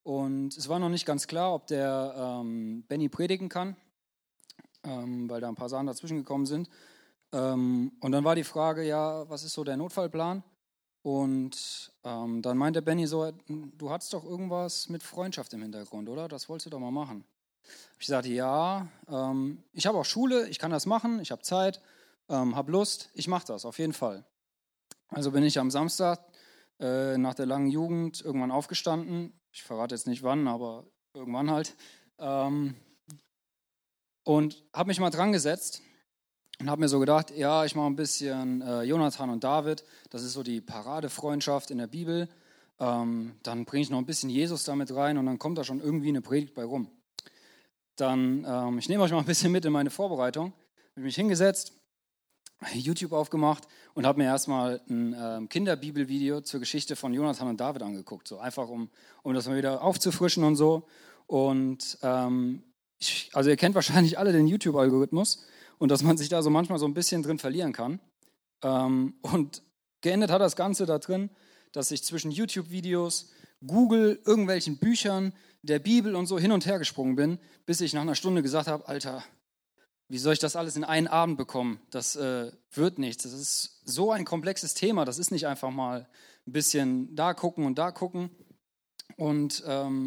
Und es war noch nicht ganz klar, ob der Benny predigen kann, weil da ein paar Sachen dazwischen gekommen sind. Und dann war die Frage, ja, was ist so der Notfallplan? Und dann meinte Benny so, du hattest doch irgendwas mit Freundschaft im Hintergrund, oder? Das wolltest du doch mal machen. Ich sagte, ja, ich habe auch Schule, ich kann das machen, ich habe Zeit, habe Lust, ich mache das auf jeden Fall. Also bin ich am Samstag nach der langen Jugend irgendwann aufgestanden. Ich verrate jetzt nicht wann, aber irgendwann halt. Und habe mich mal dran gesetzt und habe mir so gedacht, ja, ich mache ein bisschen Jonathan und David. Das ist so die Paradefreundschaft in der Bibel. Dann bringe ich noch ein bisschen Jesus damit rein und dann kommt da schon irgendwie eine Predigt bei rum. Dann, ich nehme euch mal ein bisschen mit in meine Vorbereitung. Habe mich hingesetzt, YouTube aufgemacht und habe mir erstmal ein Kinderbibelvideo zur Geschichte von Jonathan und David angeguckt. So einfach, um das mal wieder aufzufrischen und so. Und also ihr kennt wahrscheinlich alle den YouTube-Algorithmus und dass man sich da so manchmal so ein bisschen drin verlieren kann. Und geendet hat das Ganze da drin, dass ich zwischen YouTube-Videos, Google, irgendwelchen Büchern, der Bibel und so hin und her gesprungen bin, bis ich nach einer Stunde gesagt habe, Alter, wie soll ich das alles in einen Abend bekommen? Das wird nichts. Das ist so ein komplexes Thema. Das ist nicht einfach mal ein bisschen da gucken und da gucken. Und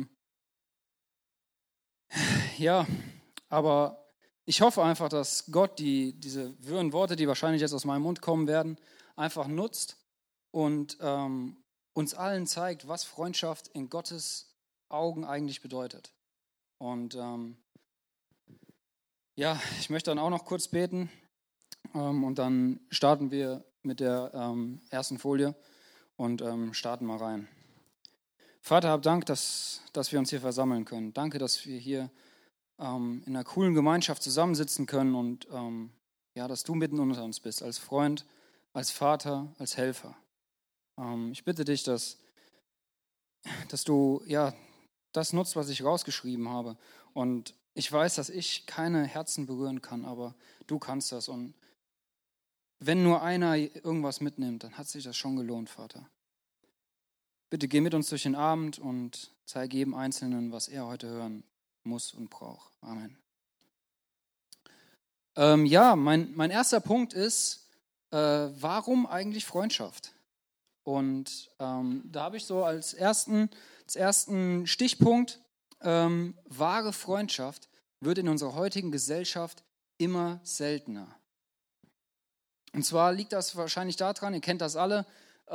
ja, aber ich hoffe einfach, dass Gott diese wirren Worte, die wahrscheinlich jetzt aus meinem Mund kommen werden, einfach nutzt und uns allen zeigt, was Freundschaft in Gottes Augen eigentlich bedeutet. Und ja, ich möchte dann auch noch kurz beten und dann starten wir mit der ersten Folie und starten mal rein. Vater, hab Dank, dass wir uns hier versammeln können. Danke, dass wir hier in einer coolen Gemeinschaft zusammensitzen können und ja, dass du mitten unter uns bist, als Freund, als Vater, als Helfer. Ich bitte dich, dass du ja das nutzt, was ich rausgeschrieben habe. Und ich weiß, dass ich keine Herzen berühren kann, aber du kannst das. Und wenn nur einer irgendwas mitnimmt, dann hat sich das schon gelohnt, Vater. Bitte geh mit uns durch den Abend und zeige jedem Einzelnen, was er heute hören muss und braucht. Amen. Ja, mein erster Punkt ist, warum eigentlich Freundschaft? Und da habe ich so als ersten Stichpunkt, wahre Freundschaft wird in unserer heutigen Gesellschaft immer seltener. Und zwar liegt das wahrscheinlich daran, ihr kennt das alle,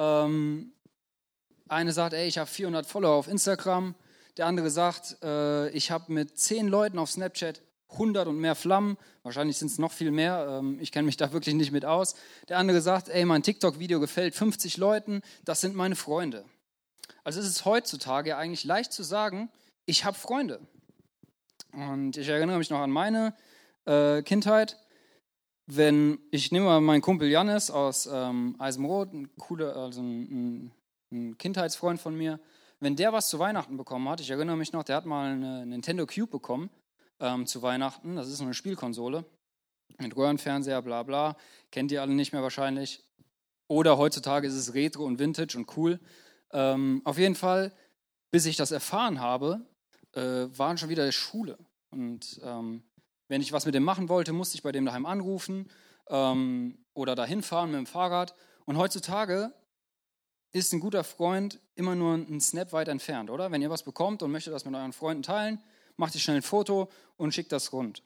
eine sagt, ey, ich habe 400 Follower auf Instagram, der andere sagt, ich habe mit 10 Leuten auf Snapchat 100 und mehr Flammen, wahrscheinlich sind es noch viel mehr, ich kenne mich da wirklich nicht mit aus. Der andere sagt, ey, mein TikTok-Video gefällt 50 Leuten, das sind meine Freunde. Also es ist heutzutage eigentlich leicht zu sagen, ich habe Freunde. Und ich erinnere mich noch an meine Kindheit, ich nehme mal meinen Kumpel Jannis aus Eisenroth, ein Kindheitsfreund von mir, wenn der was zu Weihnachten bekommen hat, ich erinnere mich noch, der hat mal eine Nintendo Cube bekommen zu Weihnachten, das ist so eine Spielkonsole mit Röhrenfernseher, bla bla, kennt ihr alle nicht mehr wahrscheinlich. Oder heutzutage ist es Retro und Vintage und cool. Auf jeden Fall, bis ich das erfahren habe, waren schon wieder in der Schule. Und wenn ich was mit dem machen wollte, musste ich bei dem daheim anrufen oder dahin fahren mit dem Fahrrad. Und heutzutage ist ein guter Freund immer nur einen Snap weit entfernt, oder? Wenn ihr was bekommt und möchtet das mit euren Freunden teilen, macht ihr schnell ein Foto und schickt das rund.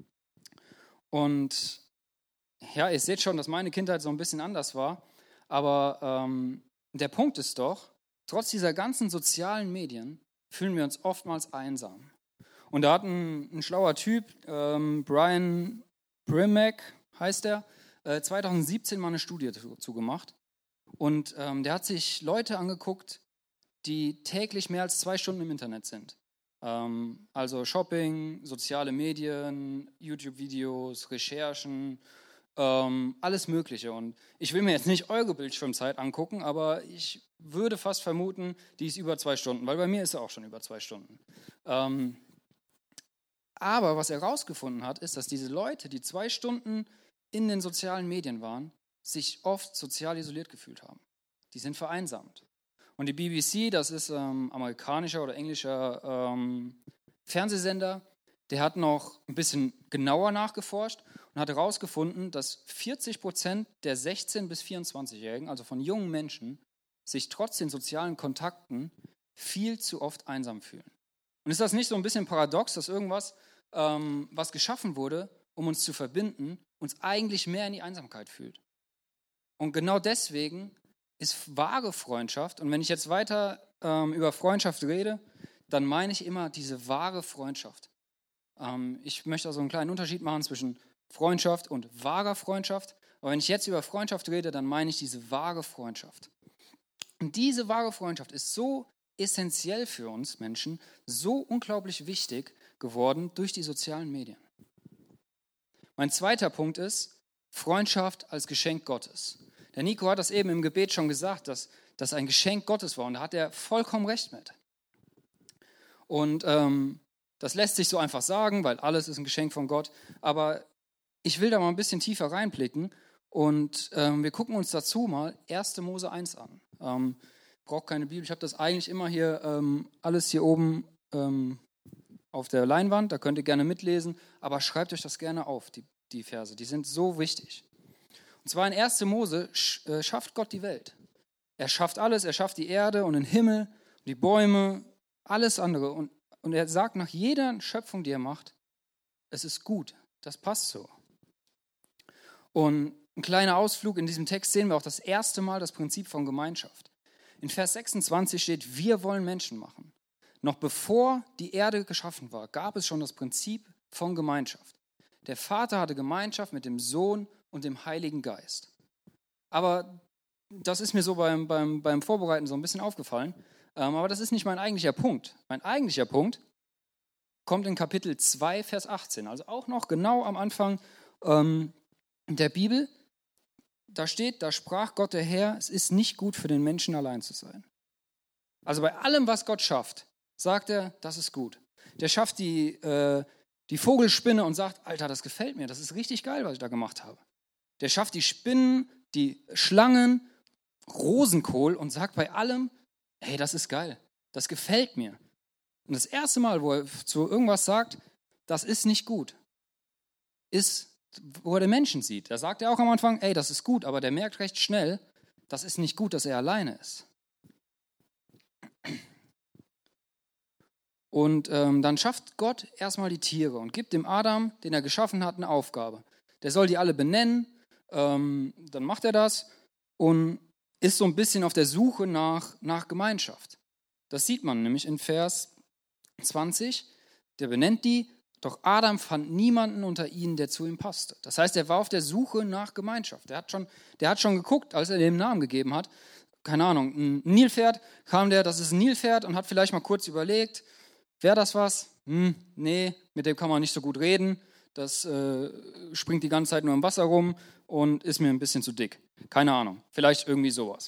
Und ja, ihr seht schon, dass meine Kindheit so ein bisschen anders war. Aber der Punkt ist doch, trotz dieser ganzen sozialen Medien fühlen wir uns oftmals einsam. Und da hat ein schlauer Typ, Brian Primack heißt er, 2017 mal eine Studie dazu gemacht. Und der hat sich Leute angeguckt, die täglich mehr als 2 Stunden im Internet sind. Also Shopping, soziale Medien, YouTube-Videos, Recherchen, alles Mögliche. Und ich will mir jetzt nicht eure Bildschirmzeit angucken, aber ich würde fast vermuten, die ist über 2 Stunden, weil bei mir ist sie auch schon über 2 Stunden. Aber was er herausgefunden hat, ist, dass diese Leute, die 2 Stunden in den sozialen Medien waren, sich oft sozial isoliert gefühlt haben. Die sind vereinsamt. Und die BBC, das ist amerikanischer oder englischer Fernsehsender, der hat noch ein bisschen genauer nachgeforscht und hat herausgefunden, dass 40% der 16- bis 24-Jährigen, also von jungen Menschen, sich trotz den sozialen Kontakten viel zu oft einsam fühlen. Und ist das nicht so ein bisschen paradox, dass irgendwas, was geschaffen wurde, um uns zu verbinden, uns eigentlich mehr in die Einsamkeit fühlt? Und genau deswegen ist wahre Freundschaft, und wenn ich jetzt weiter über Freundschaft rede, dann meine ich immer diese wahre Freundschaft. Ich möchte also einen kleinen Unterschied machen zwischen Freundschaft und wahrer Freundschaft. Aber wenn ich jetzt über Freundschaft rede, dann meine ich diese wahre Freundschaft. Und diese wahre Freundschaft ist so essentiell für uns Menschen, so unglaublich wichtig geworden durch die sozialen Medien. Mein zweiter Punkt ist Freundschaft als Geschenk Gottes. Der Nico hat das eben im Gebet schon gesagt, dass das ein Geschenk Gottes war. Und da hat er vollkommen recht mit. Und das lässt sich so einfach sagen, weil alles ist ein Geschenk von Gott. Aber ich will da mal ein bisschen tiefer reinblicken. Und wir gucken uns dazu mal 1. Mose 1 an. Braucht keine Bibel. Ich habe das eigentlich immer hier alles hier oben auf der Leinwand. Da könnt ihr gerne mitlesen. Aber schreibt euch das gerne auf, die Verse. Die sind so wichtig. Und zwar in 1. Mose schafft Gott die Welt. Er schafft alles. Er schafft die Erde und den Himmel, die Bäume, alles andere. Und er sagt nach jeder Schöpfung, die er macht, es ist gut. Das passt so. Und ein kleiner Ausflug in diesem Text sehen wir auch das erste Mal das Prinzip von Gemeinschaft. In Vers 26 steht, wir wollen Menschen machen. Noch bevor die Erde geschaffen war, gab es schon das Prinzip von Gemeinschaft. Der Vater hatte Gemeinschaft mit dem Sohn und dem Heiligen Geist. Aber das ist mir so beim Vorbereiten so ein bisschen aufgefallen. Aber das ist nicht mein eigentlicher Punkt. Mein eigentlicher Punkt kommt in Kapitel 2, Vers 18. Also auch noch genau am Anfang der Bibel. Da steht, da sprach Gott der Herr, es ist nicht gut für den Menschen allein zu sein. Also bei allem, was Gott schafft, sagt er, das ist gut. Der schafft die Vogelspinne und sagt, Alter, das gefällt mir, das ist richtig geil, was ich da gemacht habe. Der schafft die Spinnen, die Schlangen, Rosenkohl und sagt bei allem, hey, das ist geil, das gefällt mir. Und das erste Mal, wo er zu irgendwas sagt, das ist nicht gut, ist, wo er den Menschen sieht. Da sagt er auch am Anfang, ey, das ist gut, aber der merkt recht schnell, das ist nicht gut, dass er alleine ist. Und dann schafft Gott erstmal die Tiere und gibt dem Adam, den er geschaffen hat, eine Aufgabe. Der soll die alle benennen, dann macht er das und ist so ein bisschen auf der Suche nach Gemeinschaft. Das sieht man nämlich in Vers 20, der benennt die, doch Adam fand niemanden unter ihnen, der zu ihm passte. Das heißt, er war auf der Suche nach Gemeinschaft. Der hat schon geguckt, als er dem Namen gegeben hat, keine Ahnung, ein Nilpferd, kam der, das ist ein Nilpferd und hat vielleicht mal kurz überlegt, wäre das was? Nee, mit dem kann man nicht so gut reden. Das springt die ganze Zeit nur im Wasser rum und ist mir ein bisschen zu dick. Keine Ahnung, vielleicht irgendwie sowas.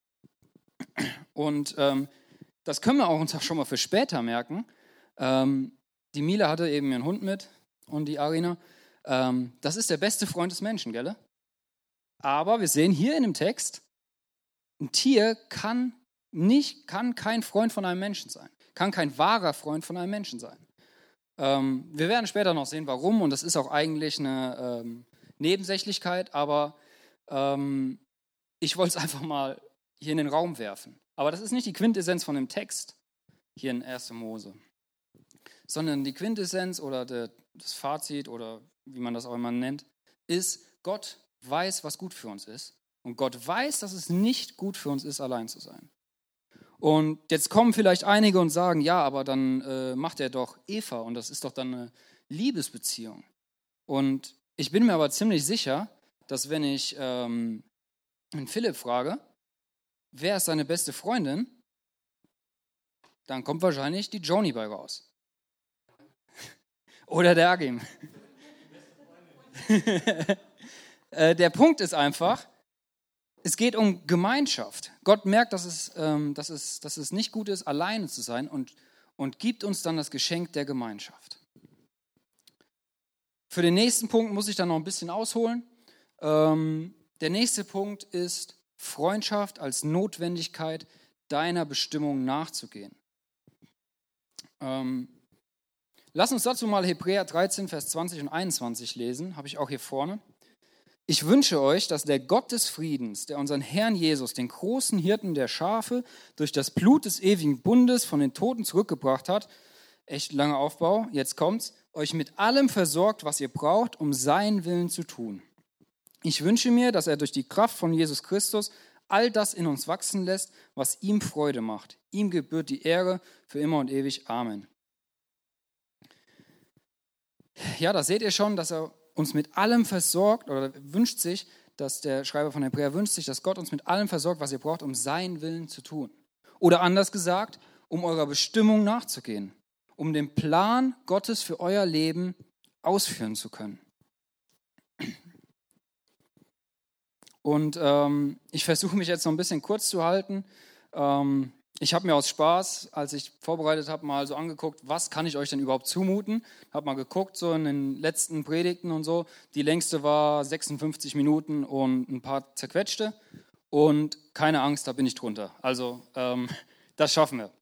Und das können wir auch uns auch schon mal für später merken. Die Mila hatte eben ihren Hund mit und die Arina. Das ist der beste Freund des Menschen, gell? Aber wir sehen hier in dem Text, ein Tier kann kein Freund von einem Menschen sein. Kann kein wahrer Freund von einem Menschen sein. Wir werden später noch sehen, warum. Und das ist auch eigentlich eine Nebensächlichkeit. Aber ich wollte es einfach mal hier in den Raum werfen. Aber das ist nicht die Quintessenz von dem Text hier in 1. Mose. Sondern die Quintessenz oder das Fazit oder wie man das auch immer nennt, ist, Gott weiß, was gut für uns ist. Und Gott weiß, dass es nicht gut für uns ist, allein zu sein. Und jetzt kommen vielleicht einige und sagen, ja, aber dann macht er doch Eva und das ist doch dann eine Liebesbeziehung. Und ich bin mir aber ziemlich sicher, dass wenn ich Philipp frage, wer ist seine beste Freundin, dann kommt wahrscheinlich die Joni bei raus. Oder der Agim. Der Punkt ist einfach, es geht um Gemeinschaft. Gott merkt, dass es nicht gut ist, alleine zu sein und gibt uns dann das Geschenk der Gemeinschaft. Für den nächsten Punkt muss ich dann noch ein bisschen ausholen. Der nächste Punkt ist Freundschaft als Notwendigkeit deiner Bestimmung nachzugehen. Lass uns dazu mal Hebräer 13, Vers 20 und 21 lesen, habe ich auch hier vorne. Ich wünsche euch, dass der Gott des Friedens, der unseren Herrn Jesus, den großen Hirten der Schafe, durch das Blut des ewigen Bundes von den Toten zurückgebracht hat, echt langer Aufbau, jetzt kommt's, euch mit allem versorgt, was ihr braucht, um seinen Willen zu tun. Ich wünsche mir, dass er durch die Kraft von Jesus Christus all das in uns wachsen lässt, was ihm Freude macht. Ihm gebührt die Ehre für immer und ewig. Amen. Ja, da seht ihr schon, dass er uns mit allem versorgt oder wünscht sich, dass der Schreiber von Hebräer wünscht sich, dass Gott uns mit allem versorgt, was ihr braucht, um seinen Willen zu tun. Oder anders gesagt, um eurer Bestimmung nachzugehen, um den Plan Gottes für euer Leben ausführen zu können. Und ich versuche mich jetzt noch ein bisschen kurz zu halten. Ich habe mir aus Spaß, als ich vorbereitet habe, mal so angeguckt, was kann ich euch denn überhaupt zumuten? Habe mal geguckt, so in den letzten Predigten und so. Die längste war 56 Minuten und ein paar zerquetschte. Und keine Angst, da bin ich drunter. Also das schaffen wir.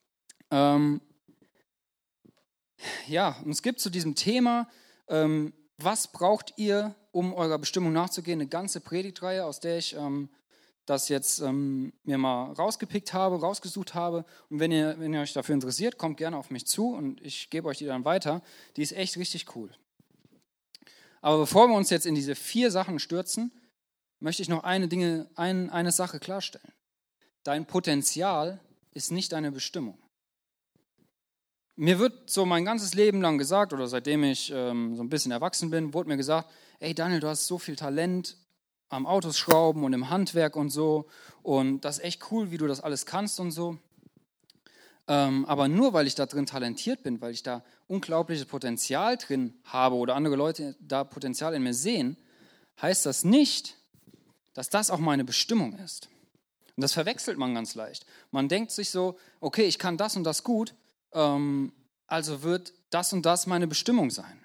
Ja, und es gibt zu diesem Thema, was braucht ihr, um eurer Bestimmung nachzugehen, eine ganze Predigtreihe, aus der ich das jetzt mir mal rausgesucht habe. Und wenn ihr euch dafür interessiert, kommt gerne auf mich zu und ich gebe euch die dann weiter. Die ist echt richtig cool. Aber bevor wir uns jetzt in diese 4 Sachen stürzen, möchte ich noch eine Sache klarstellen. Dein Potenzial ist nicht deine Bestimmung. Mir wird so mein ganzes Leben lang gesagt, oder seitdem ich so ein bisschen erwachsen bin, wurde mir gesagt, ey Daniel, du hast so viel Talent am Autos schrauben und im Handwerk und so und das ist echt cool, wie du das alles kannst und so. Aber nur weil ich da drin talentiert bin, weil ich da unglaubliches Potenzial drin habe oder andere Leute da Potenzial in mir sehen, heißt das nicht, dass das auch meine Bestimmung ist. Und das verwechselt man ganz leicht. Man denkt sich so, okay, ich kann das und das gut, also wird das und das meine Bestimmung sein.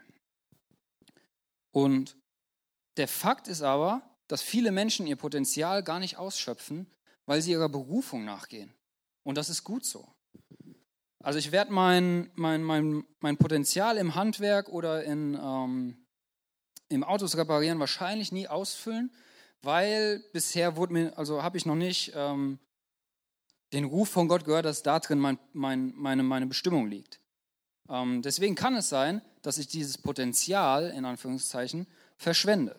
Und der Fakt ist aber, dass viele Menschen ihr Potenzial gar nicht ausschöpfen, weil sie ihrer Berufung nachgehen. Und das ist gut so. Also ich werde mein Potenzial im Handwerk oder im Autos reparieren wahrscheinlich nie ausfüllen, weil bisher habe ich noch nicht den Ruf von Gott gehört, dass da drin meine Bestimmung liegt. Deswegen kann es sein, dass ich dieses Potenzial, in Anführungszeichen, verschwende.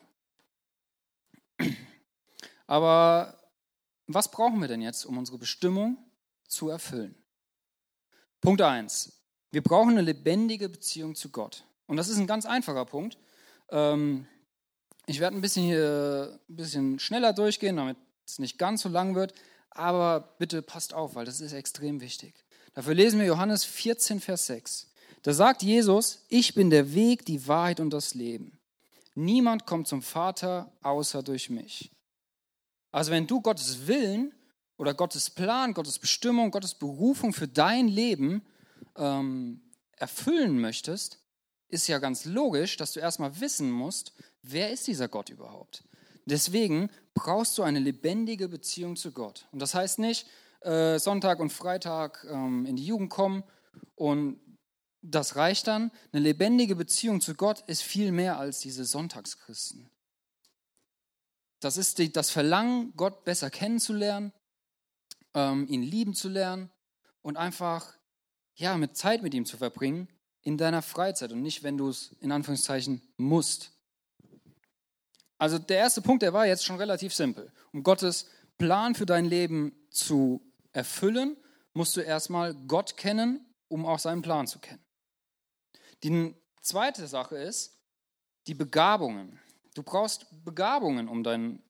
Aber was brauchen wir denn jetzt, um unsere Bestimmung zu erfüllen? Punkt 1. Wir brauchen eine lebendige Beziehung zu Gott. Und das ist ein ganz einfacher Punkt. Ich werde ein bisschen schneller durchgehen, damit es nicht ganz so lang wird. Aber bitte passt auf, weil das ist extrem wichtig. Dafür lesen wir Johannes 14, Vers 6. Da sagt Jesus, ich bin der Weg, die Wahrheit und das Leben. Niemand kommt zum Vater außer durch mich. Also wenn du Gottes Willen oder Gottes Plan, Gottes Bestimmung, Gottes Berufung für dein Leben erfüllen möchtest, ist ja ganz logisch, dass du erstmal wissen musst, wer ist dieser Gott überhaupt? Deswegen brauchst du eine lebendige Beziehung zu Gott. Und das heißt nicht, Sonntag und Freitag in die Jugend kommen und das reicht dann. Eine lebendige Beziehung zu Gott ist viel mehr als diese Sonntagschristen. Das ist das Verlangen, Gott besser kennenzulernen, ihn lieben zu lernen und einfach mit Zeit mit ihm zu verbringen in deiner Freizeit und nicht, wenn du es in Anführungszeichen musst. Also der erste Punkt, der war jetzt schon relativ simpel. Um Gottes Plan für dein Leben zu erfüllen, musst du erstmal Gott kennen, um auch seinen Plan zu kennen. Die zweite Sache ist die Begabungen. Du brauchst Begabungen, um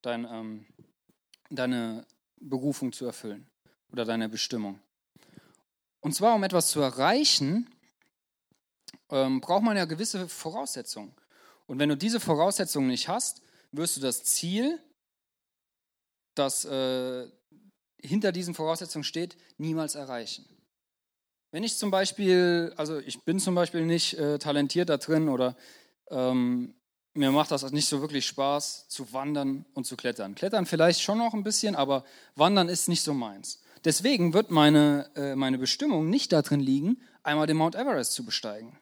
deine Berufung zu erfüllen oder deine Bestimmung. Und zwar, um etwas zu erreichen, braucht man ja gewisse Voraussetzungen. Und wenn du diese Voraussetzungen nicht hast, wirst du das Ziel, das hinter diesen Voraussetzungen steht, niemals erreichen. Wenn ich zum Beispiel, also ich bin zum Beispiel nicht talentiert da drin oder mir macht das nicht so wirklich Spaß zu wandern und zu klettern. Klettern vielleicht schon noch ein bisschen, aber wandern ist nicht so meins. Deswegen wird meine Bestimmung nicht darin liegen, einmal den Mount Everest zu besteigen.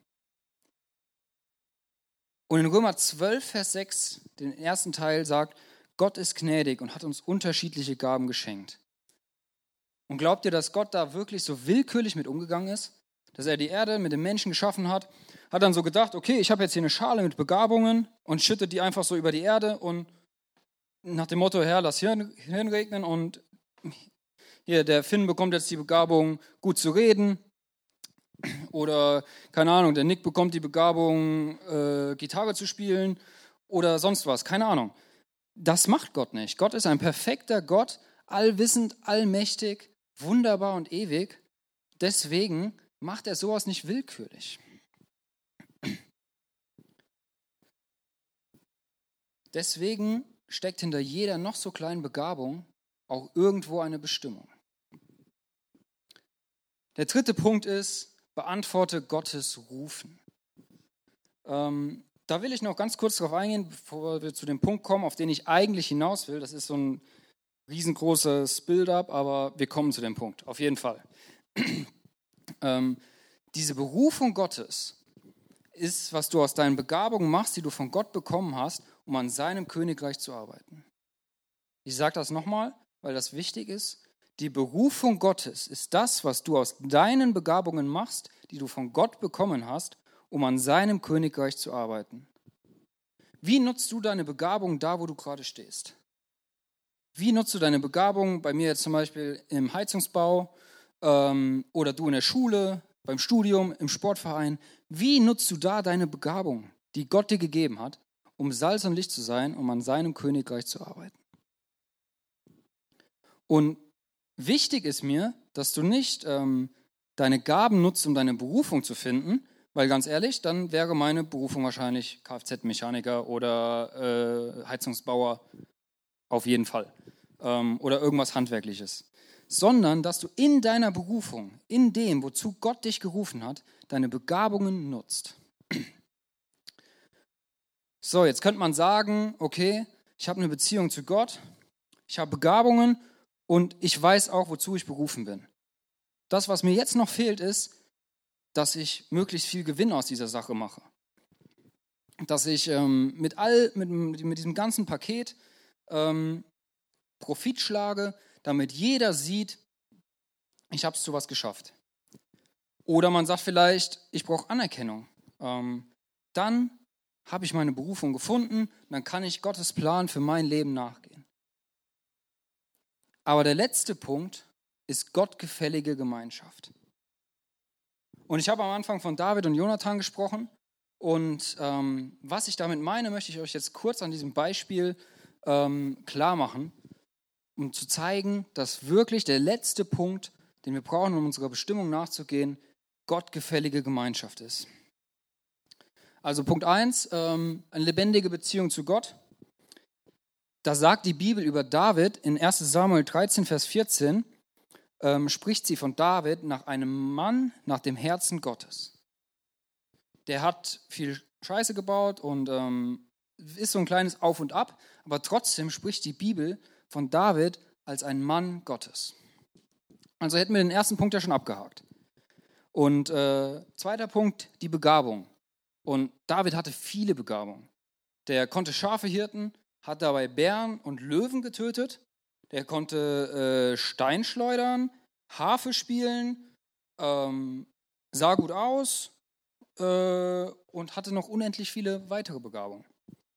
Und in Römer 12, Vers 6, den ersten Teil sagt, Gott ist gnädig und hat uns unterschiedliche Gaben geschenkt. Und glaubt ihr, dass Gott da wirklich so willkürlich mit umgegangen ist? Dass er die Erde mit den Menschen geschaffen hat, hat dann so gedacht, okay, ich habe jetzt hier eine Schale mit Begabungen und schüttet die einfach so über die Erde und nach dem Motto, Herr, lass Hirn regnen und hier, der Finn bekommt jetzt die Begabung, gut zu reden. Oder, keine Ahnung, der Nick bekommt die Begabung, Gitarre zu spielen oder sonst was, keine Ahnung. Das macht Gott nicht. Gott ist ein perfekter Gott, allwissend, allmächtig, wunderbar und ewig. Deswegen macht er sowas nicht willkürlich. Deswegen steckt hinter jeder noch so kleinen Begabung auch irgendwo eine Bestimmung. Der dritte Punkt ist, beantworte Gottes Rufen. Da will ich noch ganz kurz darauf eingehen, bevor wir zu dem Punkt kommen, auf den ich eigentlich hinaus will. Das ist so ein riesengroßes Build-up, aber wir kommen zu dem Punkt, auf jeden Fall. Diese Berufung Gottes ist, was du aus deinen Begabungen machst, die du von Gott bekommen hast, um an seinem Königreich zu arbeiten. Ich sage das nochmal, weil das wichtig ist. Die Berufung Gottes ist das, was du aus deinen Begabungen machst, die du von Gott bekommen hast, um an seinem Königreich zu arbeiten. Wie nutzt du deine Begabung da, wo du gerade stehst? Wie nutzt du deine Begabung, bei mir jetzt zum Beispiel im Heizungsbau oder du in der Schule, beim Studium, im Sportverein? Wie nutzt du da deine Begabung, die Gott dir gegeben hat, um Salz und Licht zu sein, um an seinem Königreich zu arbeiten? Und wichtig ist mir, dass du nicht deine Gaben nutzt, um deine Berufung zu finden, weil ganz ehrlich, dann wäre meine Berufung wahrscheinlich Kfz-Mechaniker oder Heizungsbauer auf jeden Fall oder irgendwas Handwerkliches. Sondern, dass du in deiner Berufung, in dem, wozu Gott dich gerufen hat, deine Begabungen nutzt. So, jetzt könnte man sagen, okay, ich habe eine Beziehung zu Gott, ich habe Begabungen und ich weiß auch, wozu ich berufen bin. Das, was mir jetzt noch fehlt, ist, dass ich möglichst viel Gewinn aus dieser Sache mache. Dass ich mit diesem ganzen Paket Profit schlage, damit jeder sieht, ich habe es zu was geschafft. Oder man sagt vielleicht, ich brauche Anerkennung. Dann habe ich meine Berufung gefunden, dann kann ich Gottes Plan für mein Leben nachgehen. Aber der letzte Punkt ist gottgefällige Gemeinschaft. Und ich habe am Anfang von David und Jonathan gesprochen und was ich damit meine, möchte ich euch jetzt kurz an diesem Beispiel klar machen, um zu zeigen, dass wirklich der letzte Punkt, den wir brauchen, um unserer Bestimmung nachzugehen, gottgefällige Gemeinschaft ist. Also Punkt 1, eine lebendige Beziehung zu Gott. Da sagt die Bibel über David in 1 Samuel 13, Vers 14, spricht sie von David nach einem Mann nach dem Herzen Gottes. Der hat viel Scheiße gebaut und ist so ein kleines Auf und Ab, aber trotzdem spricht die Bibel von David als ein Mann Gottes. Also hätten wir den ersten Punkt ja schon abgehakt. Und zweiter Punkt, die Begabung. Und David hatte viele Begabungen. Der konnte Schafe hirten, hat dabei Bären und Löwen getötet. Der konnte Stein schleudern, Harfe spielen, sah gut aus und hatte noch unendlich viele weitere Begabungen.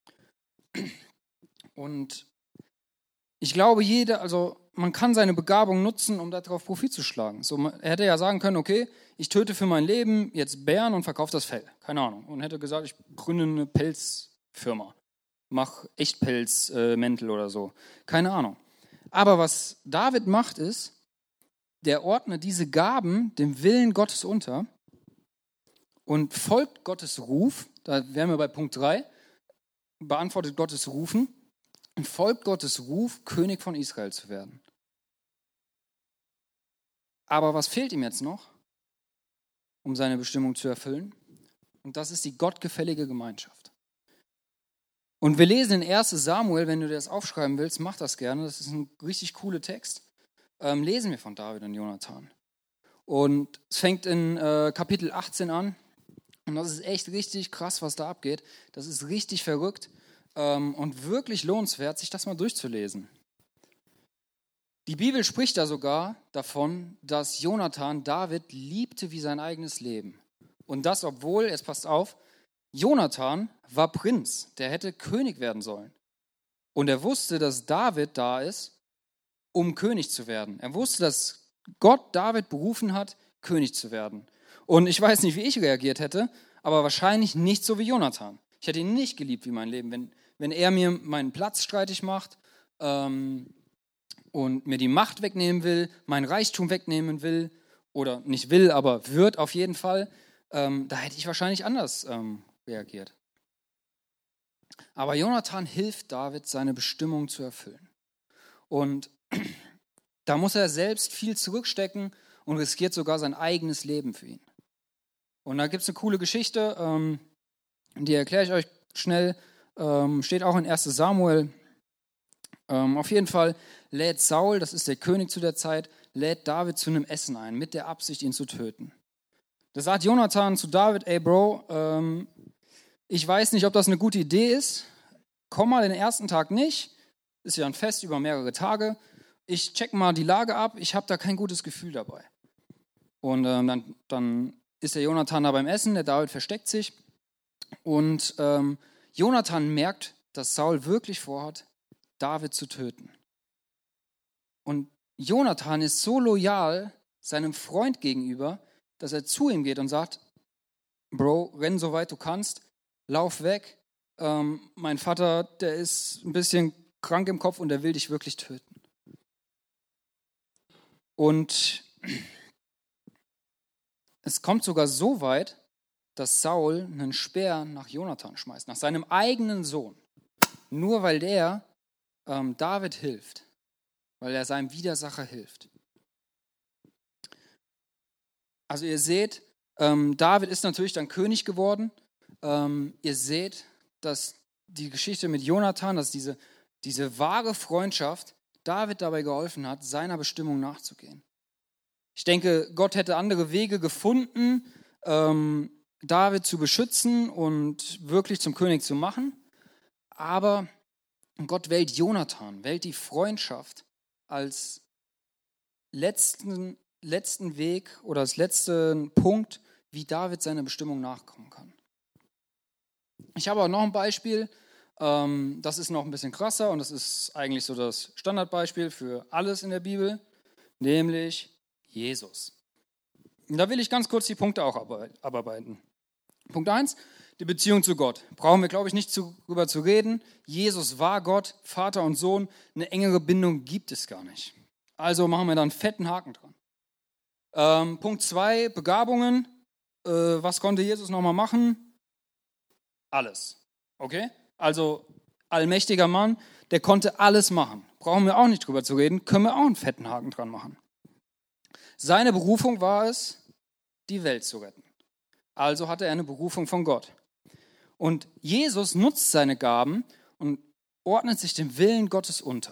Und ich glaube, man kann seine Begabung nutzen, um darauf Profit zu schlagen. So, er hätte ja sagen können, okay, ich töte für mein Leben jetzt Bären und verkaufe das Fell. Keine Ahnung. Und hätte gesagt, ich gründe eine Pelzfirma. Mach Echtpelzmäntel oder so. Keine Ahnung. Aber was David macht ist, der ordnet diese Gaben dem Willen Gottes unter und folgt Gottes Ruf, da wären wir bei Punkt 3, beantwortet Gottes Rufen und folgt Gottes Ruf, König von Israel zu werden. Aber was fehlt ihm jetzt noch, um seine Bestimmung zu erfüllen? Und das ist die gottgefällige Gemeinschaft. Und wir lesen in 1 Samuel, wenn du dir das aufschreiben willst, mach das gerne, das ist ein richtig cooler Text. lesen wir von David und Jonathan. Und es fängt in Kapitel 18 an. Und das ist echt richtig krass, was da abgeht. Das ist richtig verrückt und wirklich lohnenswert, sich das mal durchzulesen. Die Bibel spricht da sogar davon, dass Jonathan David liebte wie sein eigenes Leben. Und das, obwohl, jetzt passt auf, Jonathan war Prinz, der hätte König werden sollen. Und er wusste, dass David da ist, um König zu werden. Er wusste, dass Gott David berufen hat, König zu werden. Und ich weiß nicht, wie ich reagiert hätte, aber wahrscheinlich nicht so wie Jonathan. Ich hätte ihn nicht geliebt wie mein Leben, wenn er mir meinen Platz streitig macht und mir die Macht wegnehmen will, mein Reichtum wegnehmen will, oder nicht will, aber wird auf jeden Fall, da hätte ich wahrscheinlich anders reagiert. Aber Jonathan hilft David, seine Bestimmung zu erfüllen. Und da muss er selbst viel zurückstecken und riskiert sogar sein eigenes Leben für ihn. Und da gibt es eine coole Geschichte, die erkläre ich euch schnell, steht auch in 1 Samuel. Auf jeden Fall lädt Saul, das ist der König zu der Zeit, lädt David zu einem Essen ein, mit der Absicht, ihn zu töten. Da sagt Jonathan zu David, ey Bro, ich weiß nicht, ob das eine gute Idee ist, komm mal den ersten Tag nicht, ist ja ein Fest über mehrere Tage, ich check mal die Lage ab, ich habe da kein gutes Gefühl dabei. Und dann ist der Jonathan da beim Essen, der David versteckt sich und Jonathan merkt, dass Saul wirklich vorhat, David zu töten. Und Jonathan ist so loyal seinem Freund gegenüber, dass er zu ihm geht und sagt, Bro, renn so weit du kannst, lauf weg, mein Vater, der ist ein bisschen krank im Kopf und der will dich wirklich töten. Und es kommt sogar so weit, dass Saul einen Speer nach Jonathan schmeißt, nach seinem eigenen Sohn, nur weil der David hilft, weil er seinem Widersacher hilft. Also ihr seht, David ist natürlich dann König geworden. Ihr seht, dass die Geschichte mit Jonathan, dass diese wahre Freundschaft David dabei geholfen hat, seiner Bestimmung nachzugehen. Ich denke, Gott hätte andere Wege gefunden, David zu beschützen und wirklich zum König zu machen. Aber Gott wählt Jonathan, wählt die Freundschaft als letzten Weg oder als letzten Punkt, wie David seiner Bestimmung nachkommen kann. Ich habe auch noch ein Beispiel, das ist noch ein bisschen krasser und das ist eigentlich so das Standardbeispiel für alles in der Bibel, nämlich Jesus. Und da will ich ganz kurz die Punkte auch abarbeiten. Punkt 1, die Beziehung zu Gott. Brauchen wir, glaube ich, nicht drüber zu reden. Jesus war Gott, Vater und Sohn. Eine engere Bindung gibt es gar nicht. Also machen wir da einen fetten Haken dran. Punkt 2, Begabungen. Was konnte Jesus nochmal machen? Alles. Okay? Also allmächtiger Mann, der konnte alles machen. Brauchen wir auch nicht drüber zu reden. Können wir auch einen fetten Haken dran machen. Seine Berufung war es, die Welt zu retten. Also hatte er eine Berufung von Gott. Und Jesus nutzt seine Gaben und ordnet sich dem Willen Gottes unter.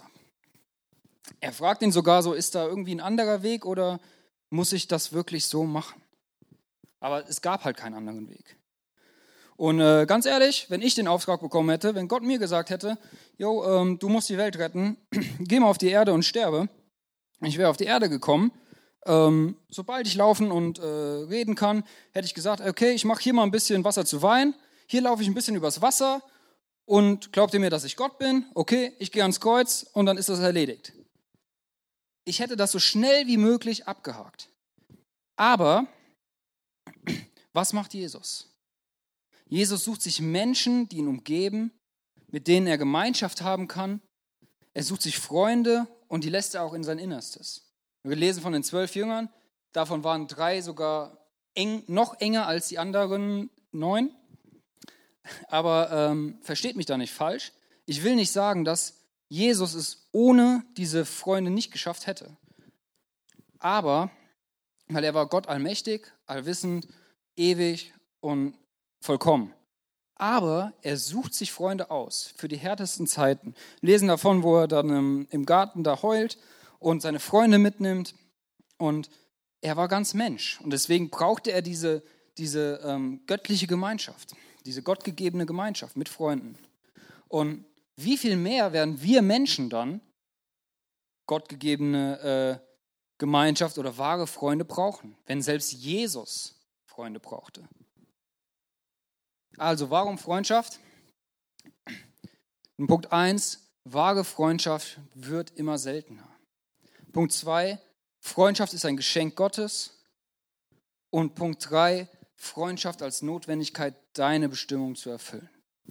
Er fragt ihn sogar so, ist da irgendwie ein anderer Weg oder muss ich das wirklich so machen? Aber es gab halt keinen anderen Weg. Und ganz ehrlich, wenn ich den Auftrag bekommen hätte, wenn Gott mir gesagt hätte, du musst die Welt retten, geh mal auf die Erde und sterbe, ich wäre auf die Erde gekommen, sobald ich laufen und reden kann, hätte ich gesagt, okay, ich mache hier mal ein bisschen Wasser zu Wein, hier laufe ich ein bisschen übers Wasser und glaubt ihr mir, dass ich Gott bin? Okay, ich gehe ans Kreuz und dann ist das erledigt. Ich hätte das so schnell wie möglich abgehakt. Aber was macht Jesus? Jesus sucht sich Menschen, die ihn umgeben, mit denen er Gemeinschaft haben kann. Er sucht sich Freunde und die lässt er auch in sein Innerstes. Wir lesen von den 12 Jüngern, davon waren 3 sogar noch enger als die anderen 9. Aber versteht mich da nicht falsch. Ich will nicht sagen, dass Jesus es ohne diese Freunde nicht geschafft hätte. Aber, weil er war Gott allmächtig, allwissend, ewig und vollkommen. Aber er sucht sich Freunde aus für die härtesten Zeiten. Wir lesen davon, wo er dann im Garten da heult und seine Freunde mitnimmt. Und er war ganz Mensch. Und deswegen brauchte er diese göttliche Gemeinschaft, diese gottgegebene Gemeinschaft mit Freunden. Und wie viel mehr werden wir Menschen dann gottgegebene Gemeinschaft oder wahre Freunde brauchen, wenn selbst Jesus Freunde brauchte? Also, warum Freundschaft? Punkt 1, wahre Freundschaft wird immer seltener. Punkt 2, Freundschaft ist ein Geschenk Gottes. Und Punkt 3, Freundschaft als Notwendigkeit, deine Bestimmung zu erfüllen.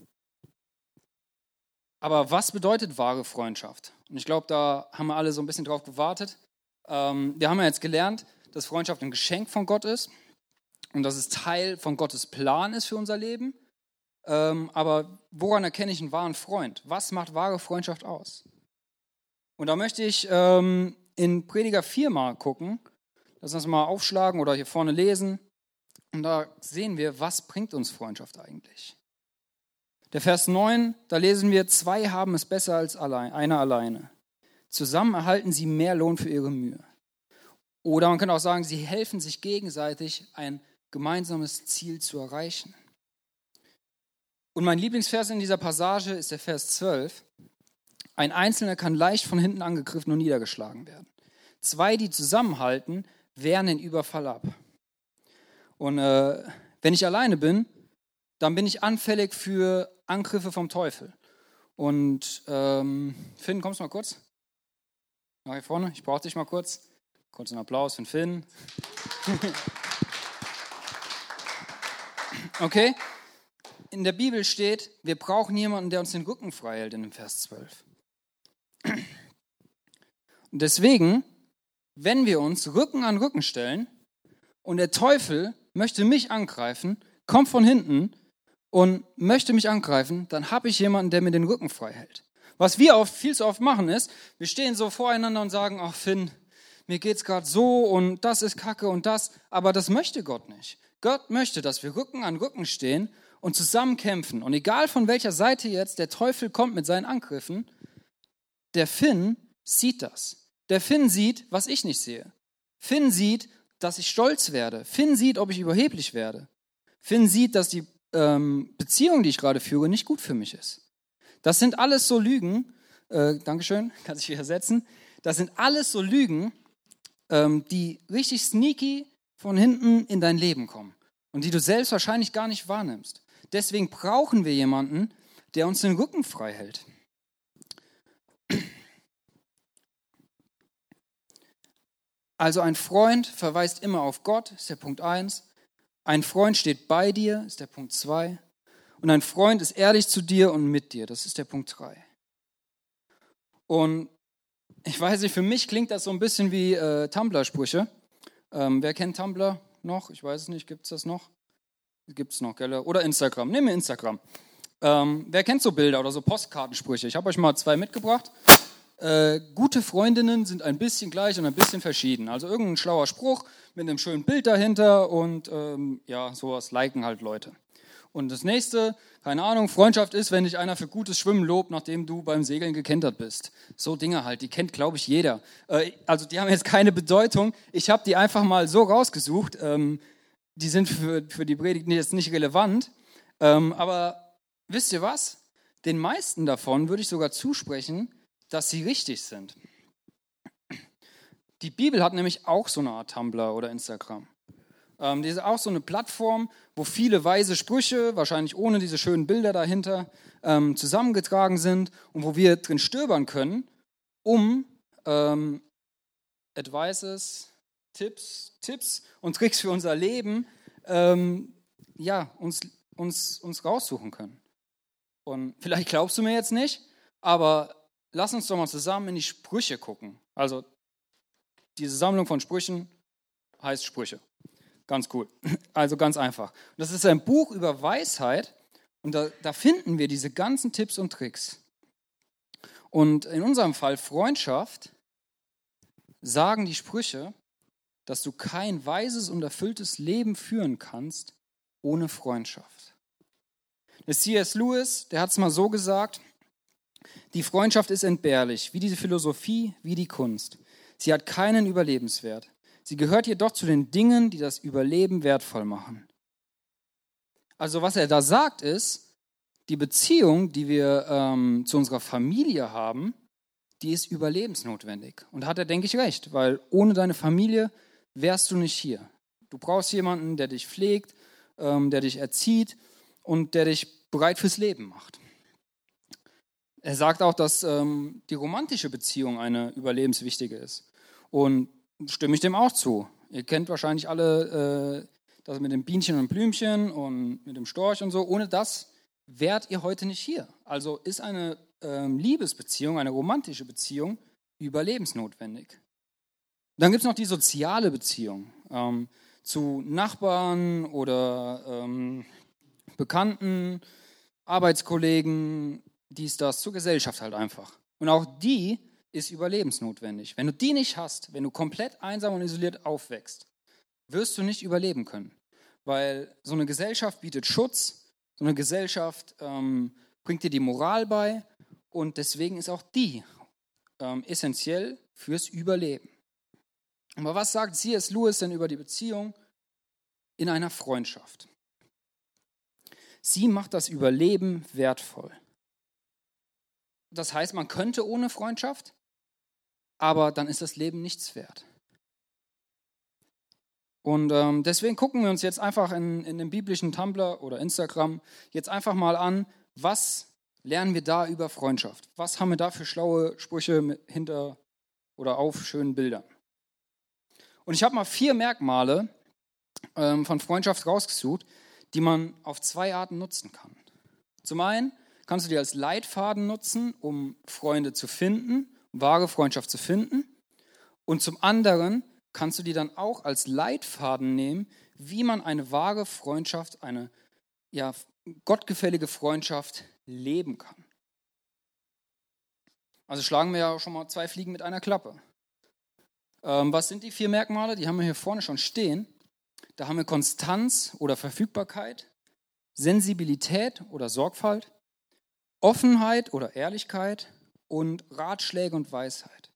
Aber was bedeutet wahre Freundschaft? Und ich glaube, da haben wir alle so ein bisschen drauf gewartet. Wir haben ja jetzt gelernt, dass Freundschaft ein Geschenk von Gott ist und dass es Teil von Gottes Plan ist für unser Leben. Aber woran erkenne ich einen wahren Freund? Was macht wahre Freundschaft aus? Und da möchte ich in Prediger 4 mal gucken. Lass uns mal aufschlagen oder hier vorne lesen. Und da sehen wir, was bringt uns Freundschaft eigentlich? Der Vers 9, da lesen wir, 2 haben es besser als einer alleine. Zusammen erhalten sie mehr Lohn für ihre Mühe. Oder man könnte auch sagen, sie helfen sich gegenseitig, ein gemeinsames Ziel zu erreichen. Und mein Lieblingsvers in dieser Passage ist der Vers 12. Ein Einzelner kann leicht von hinten angegriffen und niedergeschlagen werden. 2, die zusammenhalten, wehren den Überfall ab. Und wenn ich alleine bin, dann bin ich anfällig für Angriffe vom Teufel. Und Finn, kommst du mal kurz? Nach hier vorne, ich brauche dich mal kurz. Kurz einen Applaus für den Finn. Okay, in der Bibel steht, wir brauchen jemanden, der uns den Rücken frei hält, in dem Vers 12. Und deswegen, wenn wir uns Rücken an Rücken stellen und der Teufel möchte mich angreifen, kommt von hinten und möchte mich angreifen, dann habe ich jemanden, der mir den Rücken frei hält. Was wir viel zu oft machen ist, wir stehen so voreinander und sagen, ach Finn, mir geht's gerade so und das ist Kacke und das, aber das möchte Gott nicht. Gott möchte, dass wir Rücken an Rücken stehen und zusammen kämpfen. Und egal von welcher Seite jetzt der Teufel kommt mit seinen Angriffen, der Finn sieht das. Der Finn sieht, was ich nicht sehe. Finn sieht, dass ich stolz werde. Finn sieht, ob ich überheblich werde. Finn sieht, dass die Beziehung, die ich gerade führe, nicht gut für mich ist. Das sind alles so Lügen, Dankeschön, kann sich wieder setzen. Das sind alles so Lügen, die richtig sneaky von hinten in dein Leben kommen und die du selbst wahrscheinlich gar nicht wahrnimmst. Deswegen brauchen wir jemanden, der uns den Rücken frei hält. Also ein Freund verweist immer auf Gott, ist der Punkt 1. Ein Freund steht bei dir, ist der Punkt 2. Und ein Freund ist ehrlich zu dir und mit dir, das ist der Punkt 3. Und ich weiß nicht, für mich klingt das so ein bisschen wie Tumblr-Sprüche. Wer kennt Tumblr noch? Ich weiß es nicht, gibt es das noch? Gibt es noch, gell? Oder Instagram, nehmen wir Instagram. Wer kennt so Bilder oder so Postkartensprüche? Ich habe euch mal 2 mitgebracht. Gute Freundinnen sind ein bisschen gleich und ein bisschen verschieden. Also irgendein schlauer Spruch mit einem schönen Bild dahinter und ja, sowas liken halt Leute. Und das nächste, keine Ahnung, Freundschaft ist, wenn dich einer für gutes Schwimmen lobt, nachdem du beim Segeln gekentert bist. So Dinge halt, die kennt, glaube ich, jeder. Also die haben jetzt keine Bedeutung. Ich habe die einfach mal so rausgesucht. Die sind für die Predigt jetzt nicht relevant. Aber wisst ihr was? Den meisten davon würde ich sogar zusprechen, dass sie richtig sind. Die Bibel hat nämlich auch so eine Art Tumblr oder Instagram. Die ist auch so eine Plattform, wo viele weise Sprüche, wahrscheinlich ohne diese schönen Bilder dahinter, zusammengetragen sind und wo wir drin stöbern können, um Advices, Tipps und Tricks für unser Leben uns raussuchen können. Und vielleicht glaubst du mir jetzt nicht, aber lass uns doch mal zusammen in die Sprüche gucken. Also diese Sammlung von Sprüchen heißt Sprüche. Ganz cool. Also ganz einfach. Das ist ein Buch über Weisheit und da finden wir diese ganzen Tipps und Tricks. Und in unserem Fall Freundschaft sagen die Sprüche, dass du kein weises und erfülltes Leben führen kannst ohne Freundschaft. Der C.S. Lewis, der hat es mal so gesagt, die Freundschaft ist entbehrlich, wie die Philosophie, wie die Kunst. Sie hat keinen Überlebenswert. Sie gehört jedoch zu den Dingen, die das Überleben wertvoll machen. Also was er da sagt ist, die Beziehung, die wir zu unserer Familie haben, die ist überlebensnotwendig. Und da hat er, denke ich, recht, weil ohne deine Familie wärst du nicht hier. Du brauchst jemanden, der dich pflegt, der dich erzieht und der dich bereit fürs Leben macht. Er sagt auch, dass die romantische Beziehung eine überlebenswichtige ist. Und stimme ich dem auch zu. Ihr kennt wahrscheinlich alle das mit dem Bienchen und Blümchen und mit dem Storch und so. Ohne das wärt ihr heute nicht hier. Also ist eine Liebesbeziehung, eine romantische Beziehung überlebensnotwendig. Dann gibt es noch die soziale Beziehung zu Nachbarn oder Bekannten, Arbeitskollegen, dies, das, zur Gesellschaft halt einfach. Und auch die ist überlebensnotwendig. Wenn du die nicht hast, wenn du komplett einsam und isoliert aufwächst, wirst du nicht überleben können. Weil so eine Gesellschaft bietet Schutz, so eine Gesellschaft bringt dir die Moral bei und deswegen ist auch die essentiell fürs Überleben. Aber was sagt C.S. Lewis denn über die Beziehung in einer Freundschaft? Sie macht das Überleben wertvoll. Das heißt, man könnte ohne Freundschaft, aber dann ist das Leben nichts wert. Und deswegen gucken wir uns jetzt einfach in dem biblischen Tumblr oder Instagram jetzt einfach mal an, was lernen wir da über Freundschaft? Was haben wir da für schlaue Sprüche hinter oder auf schönen Bildern? Und ich habe mal 4 Merkmale von Freundschaft rausgesucht, die man auf 2 Arten nutzen kann. Zum einen kannst du die als Leitfaden nutzen, um Freunde zu finden, wahre Freundschaft zu finden. Und zum anderen kannst du die dann auch als Leitfaden nehmen, wie man eine wahre Freundschaft, eine gottgefällige Freundschaft leben kann. Also schlagen wir ja schon mal 2 Fliegen mit einer Klappe. Was sind die 4 Merkmale? Die haben wir hier vorne schon stehen. Da haben wir Konstanz oder Verfügbarkeit, Sensibilität oder Sorgfalt, Offenheit oder Ehrlichkeit und Ratschläge und Weisheit.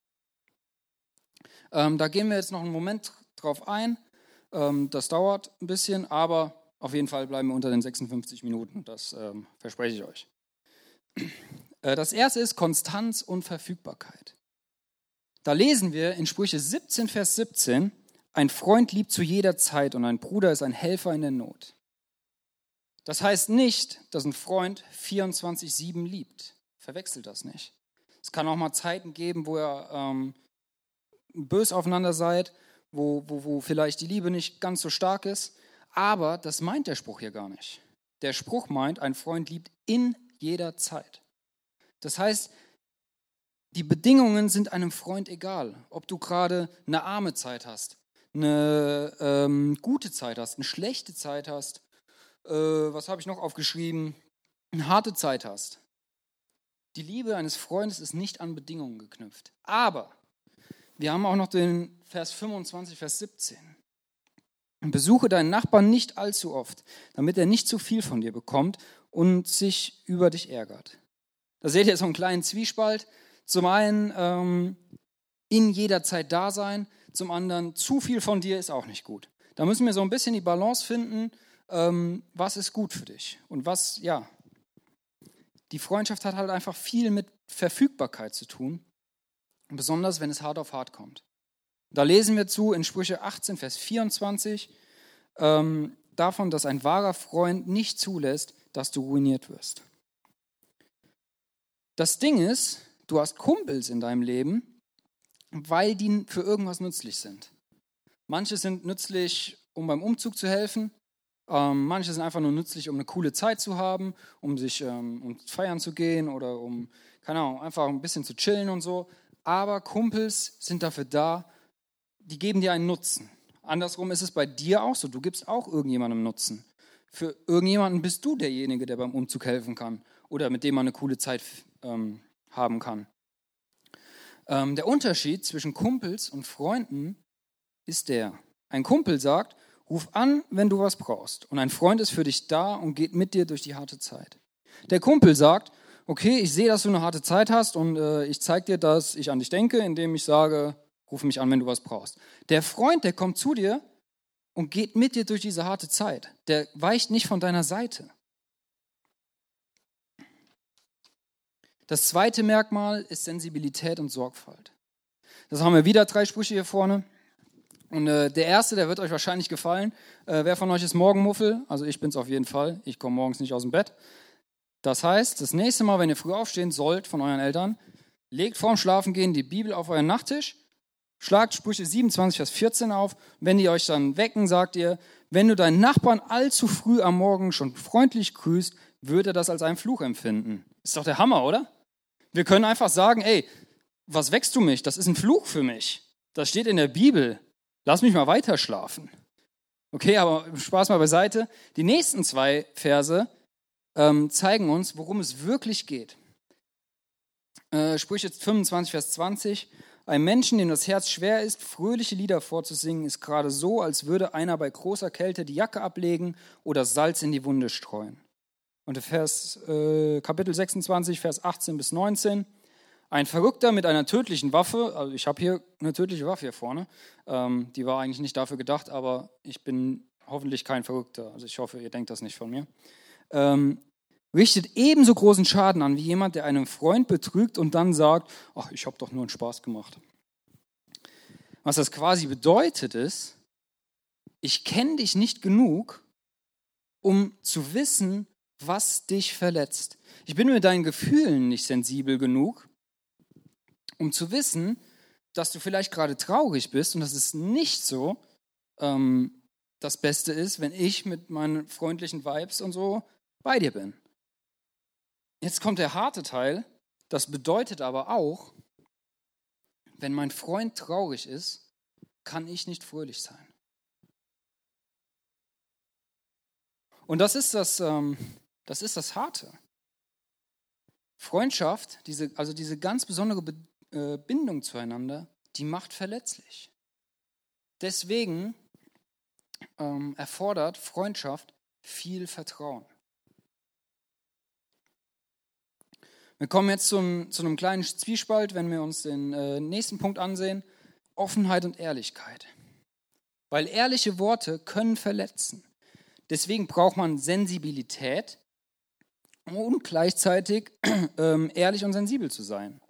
Da gehen wir jetzt noch einen Moment drauf ein. Das dauert ein bisschen, aber auf jeden Fall bleiben wir unter den 56 Minuten. Das verspreche ich euch. Das erste ist Konstanz und Verfügbarkeit. Da lesen wir in Sprüche 17, Vers 17, ein Freund liebt zu jeder Zeit und ein Bruder ist ein Helfer in der Not. Das heißt nicht, dass ein Freund 24/7 liebt. Verwechselt das nicht. Es kann auch mal Zeiten geben, wo ihr bös aufeinander seid, wo vielleicht die Liebe nicht ganz so stark ist. Aber das meint der Spruch hier gar nicht. Der Spruch meint, ein Freund liebt in jeder Zeit. Das heißt, die Bedingungen sind einem Freund egal. Ob du gerade eine arme Zeit hast, eine gute Zeit hast, eine schlechte Zeit hast, was habe ich noch aufgeschrieben, eine harte Zeit hast. Die Liebe eines Freundes ist nicht an Bedingungen geknüpft. Aber wir haben auch noch den Vers 25, Vers 17. Besuche deinen Nachbarn nicht allzu oft, damit er nicht zu viel von dir bekommt und sich über dich ärgert. Da seht ihr so einen kleinen Zwiespalt. Zum einen in jeder Zeit da sein, zum anderen zu viel von dir ist auch nicht gut. Da müssen wir so ein bisschen die Balance finden, was ist gut für dich und was, die Freundschaft hat halt einfach viel mit Verfügbarkeit zu tun, besonders wenn es hart auf hart kommt. Da lesen wir zu in Sprüche 18, Vers 24, davon, dass ein wahrer Freund nicht zulässt, dass du ruiniert wirst. Das Ding ist, du hast Kumpels in deinem Leben, weil die für irgendwas nützlich sind. Manche sind nützlich, um beim Umzug zu helfen. Manche sind einfach nur nützlich, um eine coole Zeit zu haben, um sich um feiern zu gehen oder um, keine Ahnung, einfach ein bisschen zu chillen und so. Aber Kumpels sind dafür da, die geben dir einen Nutzen. Andersrum ist es bei dir auch so. Du gibst auch irgendjemandem Nutzen. Für irgendjemanden bist du derjenige, der beim Umzug helfen kann oder mit dem man eine coole Zeit haben kann. Der Unterschied zwischen Kumpels und Freunden ist ein Kumpel sagt, ruf an, wenn du was brauchst. Und ein Freund ist für dich da und geht mit dir durch die harte Zeit. Der Kumpel sagt, okay, ich sehe, dass du eine harte Zeit hast und ich zeige dir, dass ich an dich denke, indem ich sage, Ruf mich an, wenn du was brauchst. Der Freund, der kommt zu dir und geht mit dir durch diese harte Zeit. Der weicht nicht von deiner Seite. Das zweite Merkmal ist Sensibilität und Sorgfalt. Das haben wir wieder 3 Sprüche hier vorne. Und der erste, der wird euch wahrscheinlich gefallen. Wer von euch ist Morgenmuffel? Also ich bin es auf jeden Fall. Ich komme morgens nicht aus dem Bett. Das heißt, das nächste Mal, wenn ihr früh aufstehen sollt von euren Eltern, legt vorm Schlafengehen die Bibel auf euren Nachttisch, schlagt Sprüche 27, Vers 14 auf. Wenn die euch dann wecken, sagt ihr, wenn du deinen Nachbarn allzu früh am Morgen schon freundlich grüßt, würde er das als einen Fluch empfinden. Ist doch der Hammer, oder? Wir können einfach sagen, ey, was weckst du mich? Das ist ein Fluch für mich. Das steht in der Bibel. Lass mich mal weiter schlafen. Okay, aber Spaß mal beiseite. Die nächsten 2 Verse zeigen uns, worum es wirklich geht. Sprüche 25, Vers 20. Ein Menschen, dem das Herz schwer ist, fröhliche Lieder vorzusingen, ist gerade so, als würde einer bei großer Kälte die Jacke ablegen oder Salz in die Wunde streuen. Und Kapitel 26, Vers 18 bis 19. Ein Verrückter mit einer tödlichen Waffe, also ich habe hier eine tödliche Waffe hier vorne, die war eigentlich nicht dafür gedacht, aber ich bin hoffentlich kein Verrückter, also ich hoffe, ihr denkt das nicht von mir, richtet ebenso großen Schaden an wie jemand, der einen Freund betrügt und dann sagt, ach, ich habe doch nur einen Spaß gemacht. Was das quasi bedeutet ist, ich kenne dich nicht genug, um zu wissen, was dich verletzt. Ich bin mit deinen Gefühlen nicht sensibel genug, um zu wissen, dass du vielleicht gerade traurig bist und dass es nicht so das Beste ist, wenn ich mit meinen freundlichen Vibes und so bei dir bin. Jetzt kommt der harte Teil. Das bedeutet aber auch, wenn mein Freund traurig ist, kann ich nicht fröhlich sein. Und das ist das Harte. Freundschaft, diese ganz besondere Bindung zueinander, die macht verletzlich. Deswegen erfordert Freundschaft viel Vertrauen. Wir kommen jetzt zu einem kleinen Zwiespalt, wenn wir uns den nächsten Punkt ansehen. Offenheit und Ehrlichkeit. Weil ehrliche Worte können verletzen. Deswegen braucht man Sensibilität und gleichzeitig ehrlich und sensibel zu sein.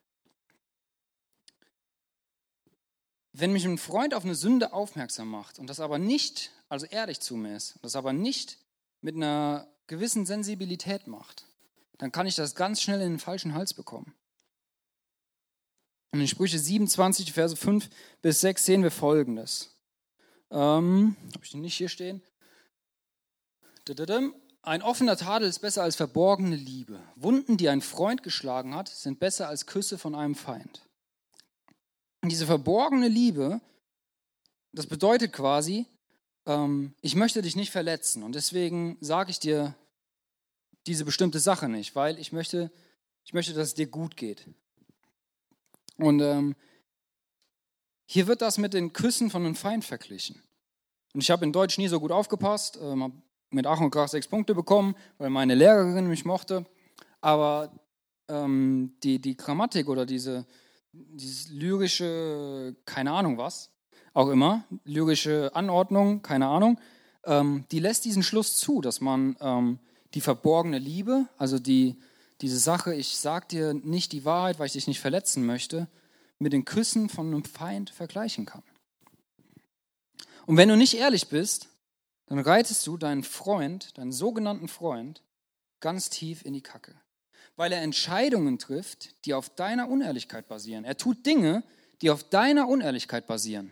Wenn mich ein Freund auf eine Sünde aufmerksam macht und das aber nicht, also ehrlich zu mir ist, das aber nicht mit einer gewissen Sensibilität macht, dann kann ich das ganz schnell in den falschen Hals bekommen. Und in Sprüche 27, Verse 5 bis 6 sehen wir Folgendes. Habe ich den nicht hier stehen? Ein offener Tadel ist besser als verborgene Liebe. Wunden, die ein Freund geschlagen hat, sind besser als Küsse von einem Feind. Und diese verborgene Liebe, das bedeutet quasi, ich möchte dich nicht verletzen und deswegen sage ich dir diese bestimmte Sache nicht, weil ich möchte, dass es dir gut geht. Und hier wird das mit den Küssen von einem Feind verglichen. Und ich habe in Deutsch nie so gut aufgepasst, habe mit Ach und Krach 6 Punkte bekommen, weil meine Lehrerin mich mochte. Aber die Grammatik oder dieses lyrische, keine Ahnung was, auch immer, lyrische Anordnung, keine Ahnung, die lässt diesen Schluss zu, dass man die verborgene Liebe, also diese Sache, ich sag dir nicht die Wahrheit, weil ich dich nicht verletzen möchte, mit den Küssen von einem Feind vergleichen kann. Und wenn du nicht ehrlich bist, dann reitest du deinen Freund, deinen sogenannten Freund, ganz tief in die Kacke. Weil er Entscheidungen trifft, die auf deiner Unehrlichkeit basieren. Er tut Dinge, die auf deiner Unehrlichkeit basieren.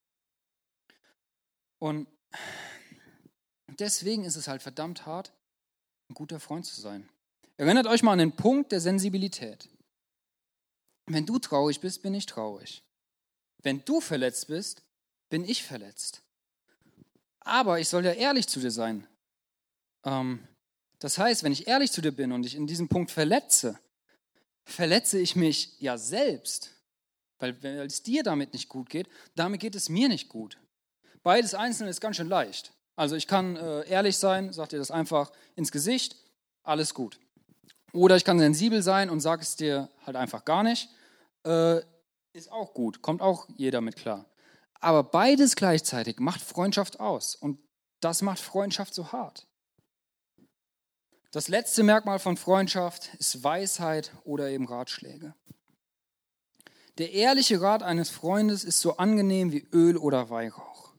Und deswegen ist es halt verdammt hart, ein guter Freund zu sein. Erinnert euch mal an den Punkt der Sensibilität. Wenn du traurig bist, bin ich traurig. Wenn du verletzt bist, bin ich verletzt. Aber ich soll ja ehrlich zu dir sein. Das heißt, wenn ich ehrlich zu dir bin und dich in diesem Punkt verletze ich mich ja selbst. Weil es dir damit nicht gut geht, damit geht es mir nicht gut. Beides einzeln ist ganz schön leicht. Also ich kann ehrlich sein, sag dir das einfach ins Gesicht, alles gut. Oder ich kann sensibel sein und sage es dir halt einfach gar nicht. Ist auch gut, kommt auch jeder mit klar. Aber beides gleichzeitig macht Freundschaft aus. Und das macht Freundschaft so hart. Das letzte Merkmal von Freundschaft ist Weisheit oder eben Ratschläge. Der ehrliche Rat eines Freundes ist so angenehm wie Öl oder Weihrauch.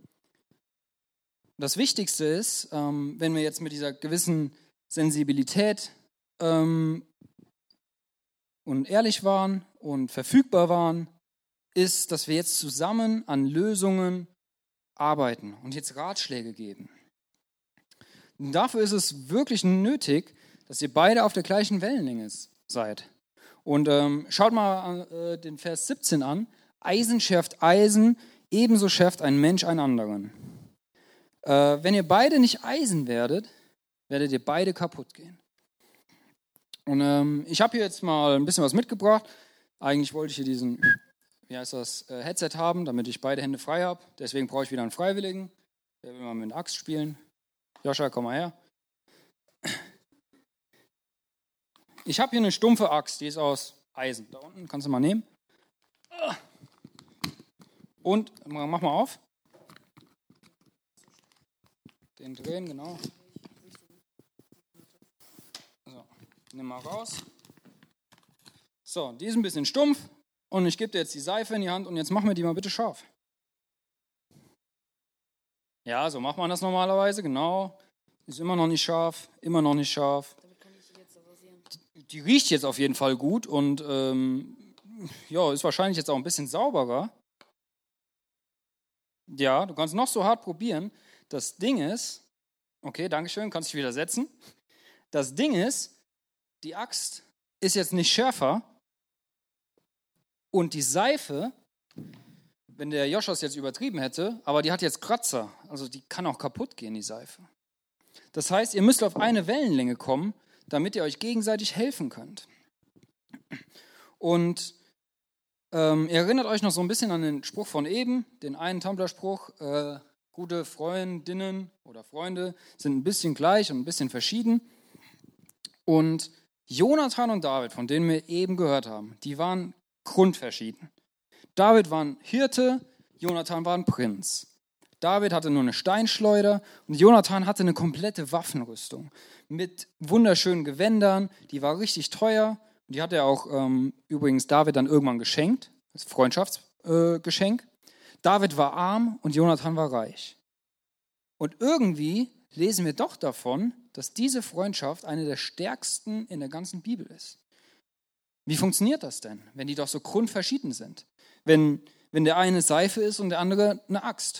Das Wichtigste ist, wenn wir jetzt mit dieser gewissen Sensibilität und ehrlich waren und verfügbar waren, ist, dass wir jetzt zusammen an Lösungen arbeiten und jetzt Ratschläge geben. Und dafür ist es wirklich nötig, dass ihr beide auf der gleichen Wellenlänge seid. Und schaut mal den Vers 17 an. Eisen schärft Eisen, ebenso schärft ein Mensch einen anderen. Wenn ihr beide nicht Eisen werdet, werdet ihr beide kaputt gehen. Und ich habe hier jetzt mal ein bisschen was mitgebracht. Eigentlich wollte ich hier diesen, Headset haben, damit ich beide Hände frei habe. Deswegen brauche ich wieder einen Freiwilligen. Der will mal mit der Axt spielen. Joscha, komm mal her. Ich habe hier eine stumpfe Axt, die ist aus Eisen. Da unten kannst du mal nehmen. Und mach mal auf. Den drehen, genau. So, nimm mal raus. So, die ist ein bisschen stumpf. Und ich gebe dir jetzt die Seife in die Hand und jetzt mach mir die mal bitte scharf. Ja, so macht man das normalerweise, genau. Ist immer noch nicht scharf, immer noch nicht scharf. Damit kann ich die jetzt rasieren. Die riecht jetzt auf jeden Fall gut und ist wahrscheinlich jetzt auch ein bisschen sauberer. Ja, du kannst noch so hart probieren. Das Ding ist, okay, dankeschön, kannst dich wieder setzen. Das Ding ist, die Axt ist jetzt nicht schärfer und die Seife, wenn der Joscha es jetzt übertrieben hätte, aber die hat jetzt Kratzer, also die kann auch kaputt gehen, die Seife. Das heißt, ihr müsst auf eine Wellenlänge kommen, damit ihr euch gegenseitig helfen könnt. Und ihr erinnert euch noch so ein bisschen an den Spruch von eben, den einen Tumblr-Spruch, gute Freundinnen oder Freunde sind ein bisschen gleich und ein bisschen verschieden. Und Jonathan und David, von denen wir eben gehört haben, die waren grundverschieden. David war ein Hirte, Jonathan war ein Prinz. David hatte nur eine Steinschleuder und Jonathan hatte eine komplette Waffenrüstung mit wunderschönen Gewändern, die war richtig teuer. Die hat er auch übrigens David dann irgendwann geschenkt, als Freundschaftsgeschenk. David war arm und Jonathan war reich. Und irgendwie lesen wir doch davon, dass diese Freundschaft eine der stärksten in der ganzen Bibel ist. Wie funktioniert das denn, wenn die doch so grundverschieden sind? Wenn der eine Seife ist und der andere eine Axt.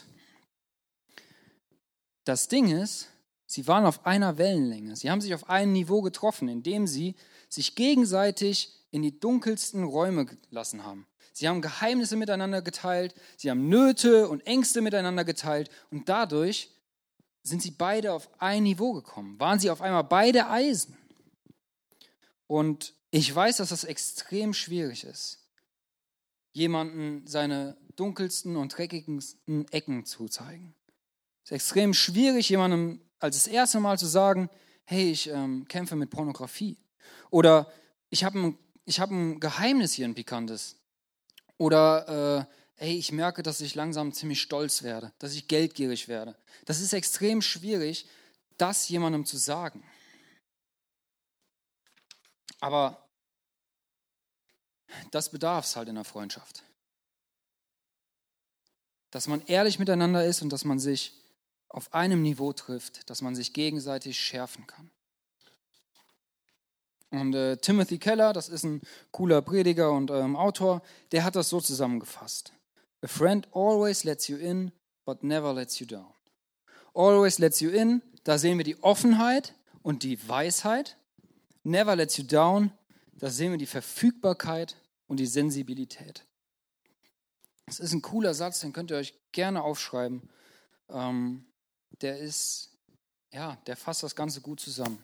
Das Ding ist, sie waren auf einer Wellenlänge. Sie haben sich auf einem Niveau getroffen, indem sie sich gegenseitig in die dunkelsten Räume gelassen haben. Sie haben Geheimnisse miteinander geteilt, sie haben Nöte und Ängste miteinander geteilt und dadurch sind sie beide auf ein Niveau gekommen. Waren sie auf einmal beide Eisen. Und ich weiß, dass das extrem schwierig ist, jemanden seine dunkelsten und dreckigsten Ecken zu zeigen. Es ist extrem schwierig, jemandem als das erste Mal zu sagen, hey, ich kämpfe mit Pornografie. Oder ich habe ein Geheimnis hier, ein pikantes. Oder hey, ich merke, dass ich langsam ziemlich stolz werde, dass ich geldgierig werde. Das ist extrem schwierig, das jemandem zu sagen. Aber das bedarf es halt in der Freundschaft. Dass man ehrlich miteinander ist und dass man sich auf einem Niveau trifft, dass man sich gegenseitig schärfen kann. Und Timothy Keller, das ist ein cooler Prediger und Autor, der hat das so zusammengefasst. A friend always lets you in, but never lets you down. Always lets you in, da sehen wir die Offenheit und die Weisheit. Never lets you down, da sehen wir die Verfügbarkeit und die Sensibilität. Das ist ein cooler Satz, den könnt ihr euch gerne aufschreiben. Der fasst das Ganze gut zusammen.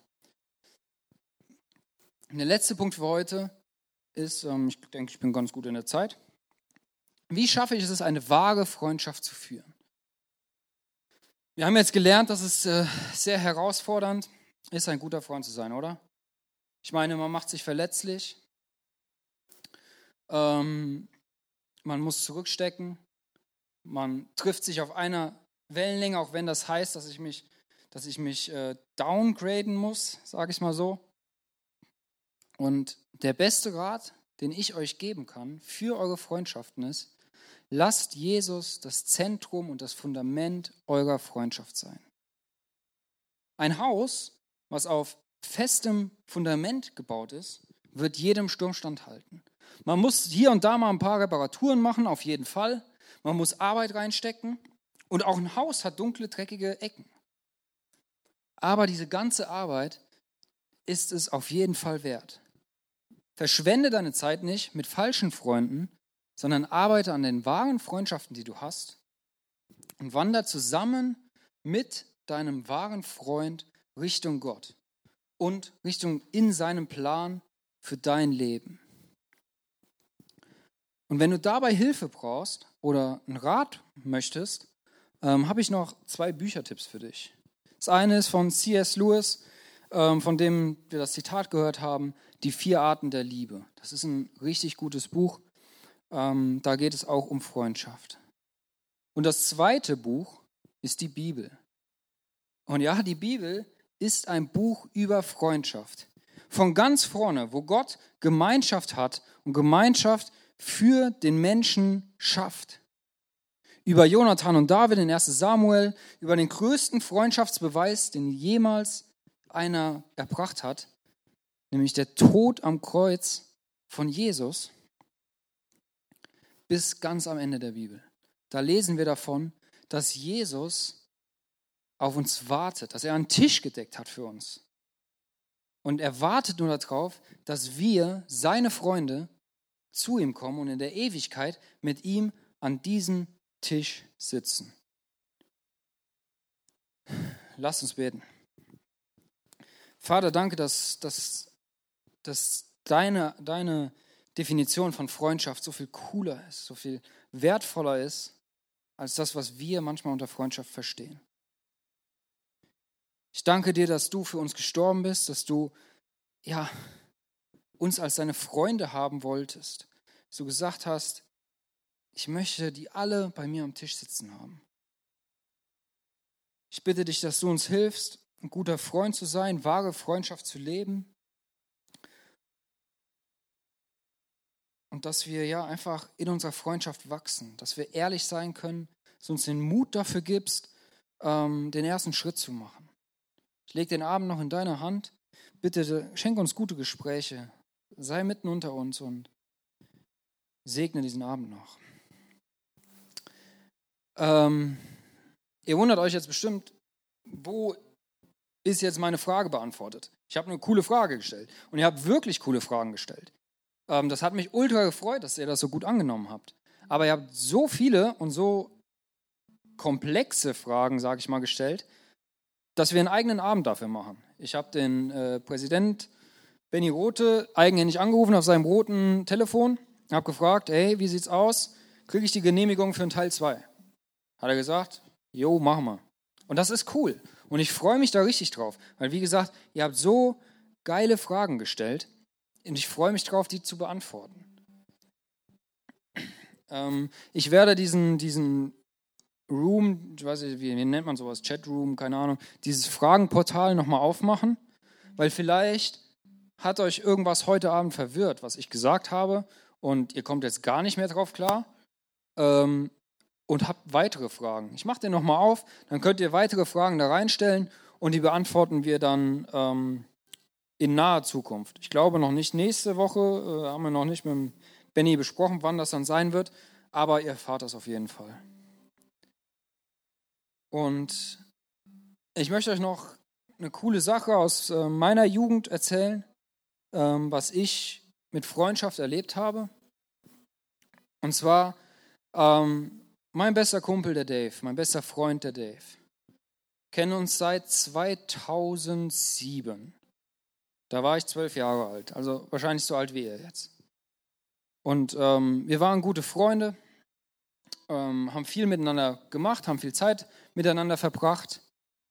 Und der letzte Punkt für heute ist, ich denke, ich bin ganz gut in der Zeit. Wie schaffe ich es, eine wahre Freundschaft zu führen? Wir haben jetzt gelernt, dass es sehr herausfordernd ist, ein guter Freund zu sein, oder? Ich meine, man macht sich verletzlich. man muss zurückstecken, man trifft sich auf einer Wellenlänge, auch wenn das heißt, dass ich mich downgraden muss, sage ich mal so. Und der beste Rat, den ich euch geben kann für eure Freundschaften ist, lasst Jesus das Zentrum und das Fundament eurer Freundschaft sein. Ein Haus, was auf festem Fundament gebaut ist, wird jedem Sturm standhalten. Man muss hier und da mal ein paar Reparaturen machen, auf jeden Fall. Man muss Arbeit reinstecken. Und auch ein Haus hat dunkle, dreckige Ecken. Aber diese ganze Arbeit ist es auf jeden Fall wert. Verschwende deine Zeit nicht mit falschen Freunden, sondern arbeite an den wahren Freundschaften, die du hast, und wandere zusammen mit deinem wahren Freund Richtung Gott und Richtung in seinem Plan für dein Leben. Und wenn du dabei Hilfe brauchst oder einen Rat möchtest, habe ich noch 2 Büchertipps für dich. Das eine ist von C.S. Lewis, von dem wir das Zitat gehört haben, Die 4 Arten der Liebe. Das ist ein richtig gutes Buch. Da geht es auch um Freundschaft. Und das zweite Buch ist die Bibel. Und ja, die Bibel ist ein Buch über Freundschaft. Von ganz vorne, wo Gott Gemeinschaft hat und Gemeinschaft für den Menschen schafft. Über Jonathan und David in 1. Samuel, über den größten Freundschaftsbeweis, den jemals einer erbracht hat, nämlich der Tod am Kreuz von Jesus, bis ganz am Ende der Bibel. Da lesen wir davon, dass Jesus auf uns wartet, dass er einen Tisch gedeckt hat für uns. Und er wartet nur darauf, dass wir, seine Freunde, zu ihm kommen und in der Ewigkeit mit ihm an diesem Tisch sitzen. Lasst uns beten. Vater, danke, dass deine Definition von Freundschaft so viel cooler ist, so viel wertvoller ist, als das, was wir manchmal unter Freundschaft verstehen. Ich danke dir, dass du für uns gestorben bist, dass du uns als deine Freunde haben wolltest. Dass du gesagt hast, ich möchte die alle bei mir am Tisch sitzen haben. Ich bitte dich, dass du uns hilfst, ein guter Freund zu sein, wahre Freundschaft zu leben. Und dass wir einfach in unserer Freundschaft wachsen, dass wir ehrlich sein können, dass du uns den Mut dafür gibst, den ersten Schritt zu machen. Ich lege den Abend noch in deine Hand. Bitte schenke uns gute Gespräche. Sei mitten unter uns und segne diesen Abend noch. Ihr wundert euch jetzt bestimmt, wo ist jetzt meine Frage beantwortet? Ich habe eine coole Frage gestellt und ihr habt wirklich coole Fragen gestellt. Das hat mich ultra gefreut, dass ihr das so gut angenommen habt. Aber ihr habt so viele und so komplexe Fragen, sage ich mal, gestellt, dass wir einen eigenen Abend dafür machen. Ich habe den Präsident Benny Rothe eigenhändig angerufen auf seinem roten Telefon, habe gefragt, hey, wie sieht's aus? Kriege ich die Genehmigung für einen Teil 2? Hat er gesagt, jo, machen wir. Und das ist cool. Und ich freue mich da richtig drauf. Weil, wie gesagt, ihr habt so geile Fragen gestellt und ich freue mich drauf, die zu beantworten. Ich werde diesen Room, ich weiß nicht, wie nennt man sowas, Chatroom, keine Ahnung, dieses Fragenportal nochmal aufmachen, weil vielleicht hat euch irgendwas heute Abend verwirrt, was ich gesagt habe und ihr kommt jetzt gar nicht mehr drauf klar und habt weitere Fragen. Ich mache den nochmal auf, dann könnt ihr weitere Fragen da reinstellen und die beantworten wir dann in naher Zukunft. Ich glaube noch nicht nächste Woche, haben wir noch nicht mit dem Benny besprochen, wann das dann sein wird, aber ihr erfahrt das auf jeden Fall. Und ich möchte euch noch eine coole Sache aus meiner Jugend erzählen, was ich mit Freundschaft erlebt habe. Und zwar mein bester Kumpel, der Dave, mein bester Freund, der Dave, kennen uns seit 2007. Da war ich 12 Jahre alt, also wahrscheinlich so alt wie ihr jetzt. Und wir waren gute Freunde, haben viel miteinander gemacht, haben viel Zeit miteinander verbracht.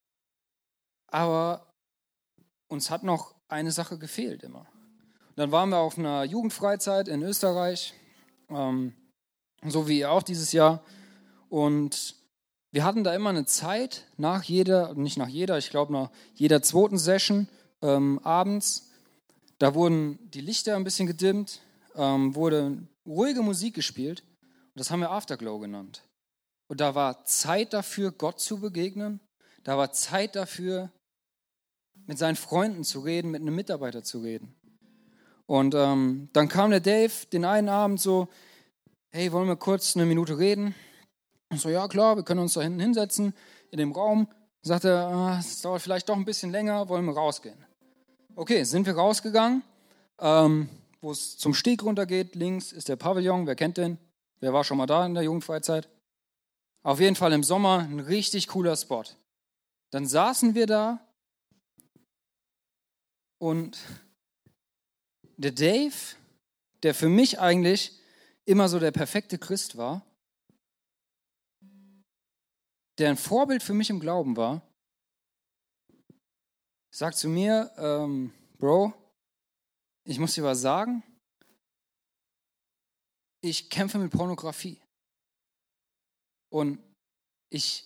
Aber uns hat noch eine Sache gefehlt immer. Und dann waren wir auf einer Jugendfreizeit in Österreich. so wie ihr auch dieses Jahr. Und wir hatten da immer eine Zeit nach jeder, nicht nach jeder, ich glaube nach jeder zweiten Session abends, da wurden die Lichter ein bisschen gedimmt, wurde ruhige Musik gespielt und das haben wir Afterglow genannt. Und da war Zeit dafür, Gott zu begegnen, da war Zeit dafür, mit seinen Freunden zu reden, mit einem Mitarbeiter zu reden. Und dann kam der Dave den einen Abend so, hey, wollen wir kurz eine Minute reden? Ich so, ja klar, wir können uns da hinten hinsetzen, in dem Raum. Sagt er, es dauert vielleicht doch ein bisschen länger, wollen wir rausgehen. Okay, sind wir rausgegangen, wo es zum Steg runtergeht. Links ist der Pavillon, wer kennt den? Wer war schon mal da in der Jugendfreizeit? Auf jeden Fall im Sommer ein richtig cooler Spot. Dann saßen wir da und der Dave, der für mich eigentlich immer so der perfekte Christ war, der ein Vorbild für mich im Glauben war, sagt zu mir, Bro, ich muss dir was sagen, ich kämpfe mit Pornografie. Und ich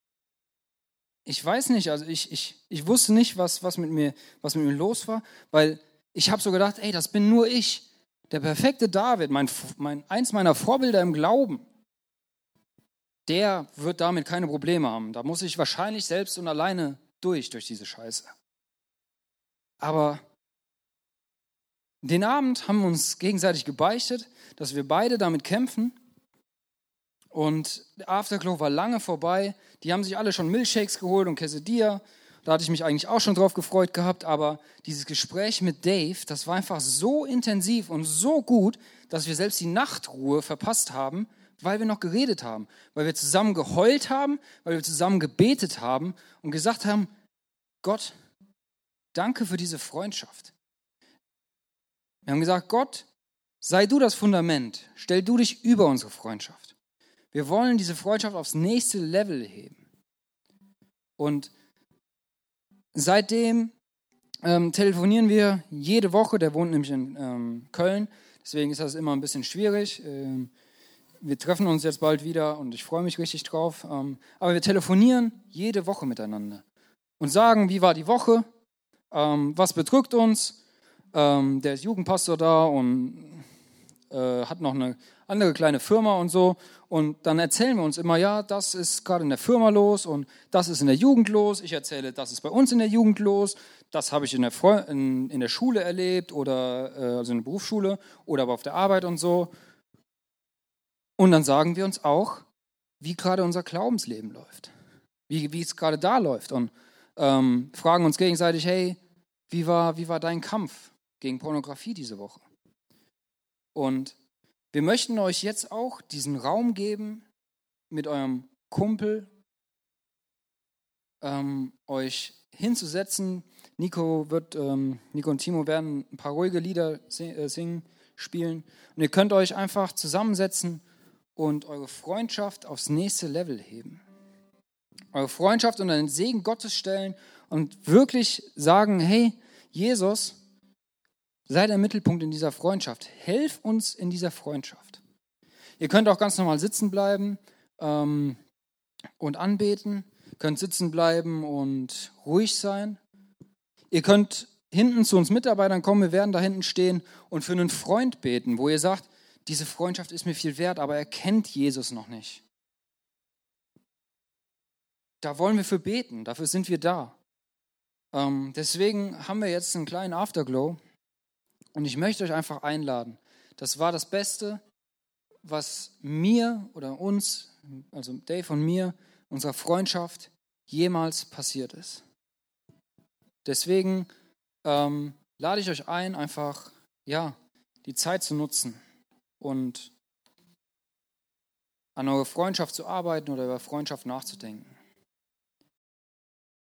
weiß nicht, also ich wusste nicht, was mit mir los war, weil ich habe so gedacht, ey, das bin nur ich, der perfekte David, eins meiner Vorbilder im Glauben. Der wird damit keine Probleme haben. Da muss ich wahrscheinlich selbst und alleine durch diese Scheiße. Aber den Abend haben wir uns gegenseitig gebeichtet, dass wir beide damit kämpfen. Und der Afterglow war lange vorbei. Die haben sich alle schon Milkshakes geholt und Quesadilla. Da hatte ich mich eigentlich auch schon drauf gefreut gehabt. Aber dieses Gespräch mit Dave, das war einfach so intensiv und so gut, dass wir selbst die Nachtruhe verpasst haben, weil wir noch geredet haben, weil wir zusammen geheult haben, weil wir zusammen gebetet haben und gesagt haben, Gott, danke für diese Freundschaft. Wir haben gesagt, Gott, sei du das Fundament, stell du dich über unsere Freundschaft. Wir wollen diese Freundschaft aufs nächste Level heben. Und seitdem telefonieren wir jede Woche, der wohnt nämlich in Köln, deswegen ist das immer ein bisschen schwierig. Wir treffen uns jetzt bald wieder und ich freue mich richtig drauf. Aber wir telefonieren jede Woche miteinander und sagen, wie war die Woche, was bedrückt uns. Der ist Jugendpastor da und hat noch eine andere kleine Firma und so. Und dann erzählen wir uns immer, ja, das ist gerade in der Firma los und das ist in der Jugend los. Ich erzähle, das ist bei uns in der Jugend los. Das habe ich in der Schule erlebt oder also in der Berufsschule oder aber auf der Arbeit und so. Und dann sagen wir uns auch, wie gerade unser Glaubensleben läuft, wie es gerade da läuft und fragen uns gegenseitig, hey, wie war dein Kampf gegen Pornografie diese Woche? Und wir möchten euch jetzt auch diesen Raum geben, mit eurem Kumpel euch hinzusetzen. Nico und Timo werden ein paar ruhige Lieder singen, spielen und ihr könnt euch einfach zusammensetzen und eure Freundschaft aufs nächste Level heben. Eure Freundschaft unter den Segen Gottes stellen und wirklich sagen, hey, Jesus, sei der Mittelpunkt in dieser Freundschaft. Helf uns in dieser Freundschaft. Ihr könnt auch ganz normal sitzen bleiben und anbeten. Ihr könnt sitzen bleiben und ruhig sein. Ihr könnt hinten zu uns Mitarbeitern kommen. Wir werden da hinten stehen und für einen Freund beten, wo ihr sagt, diese Freundschaft ist mir viel wert, aber er kennt Jesus noch nicht. Da wollen wir für beten, dafür sind wir da. Deswegen haben wir jetzt einen kleinen Afterglow und ich möchte euch einfach einladen. Das war das Beste, was mir oder uns, also Dave und mir, unserer Freundschaft jemals passiert ist. Deswegen lade ich euch ein, einfach die Zeit zu nutzen und an eurer Freundschaft zu arbeiten oder über Freundschaft nachzudenken.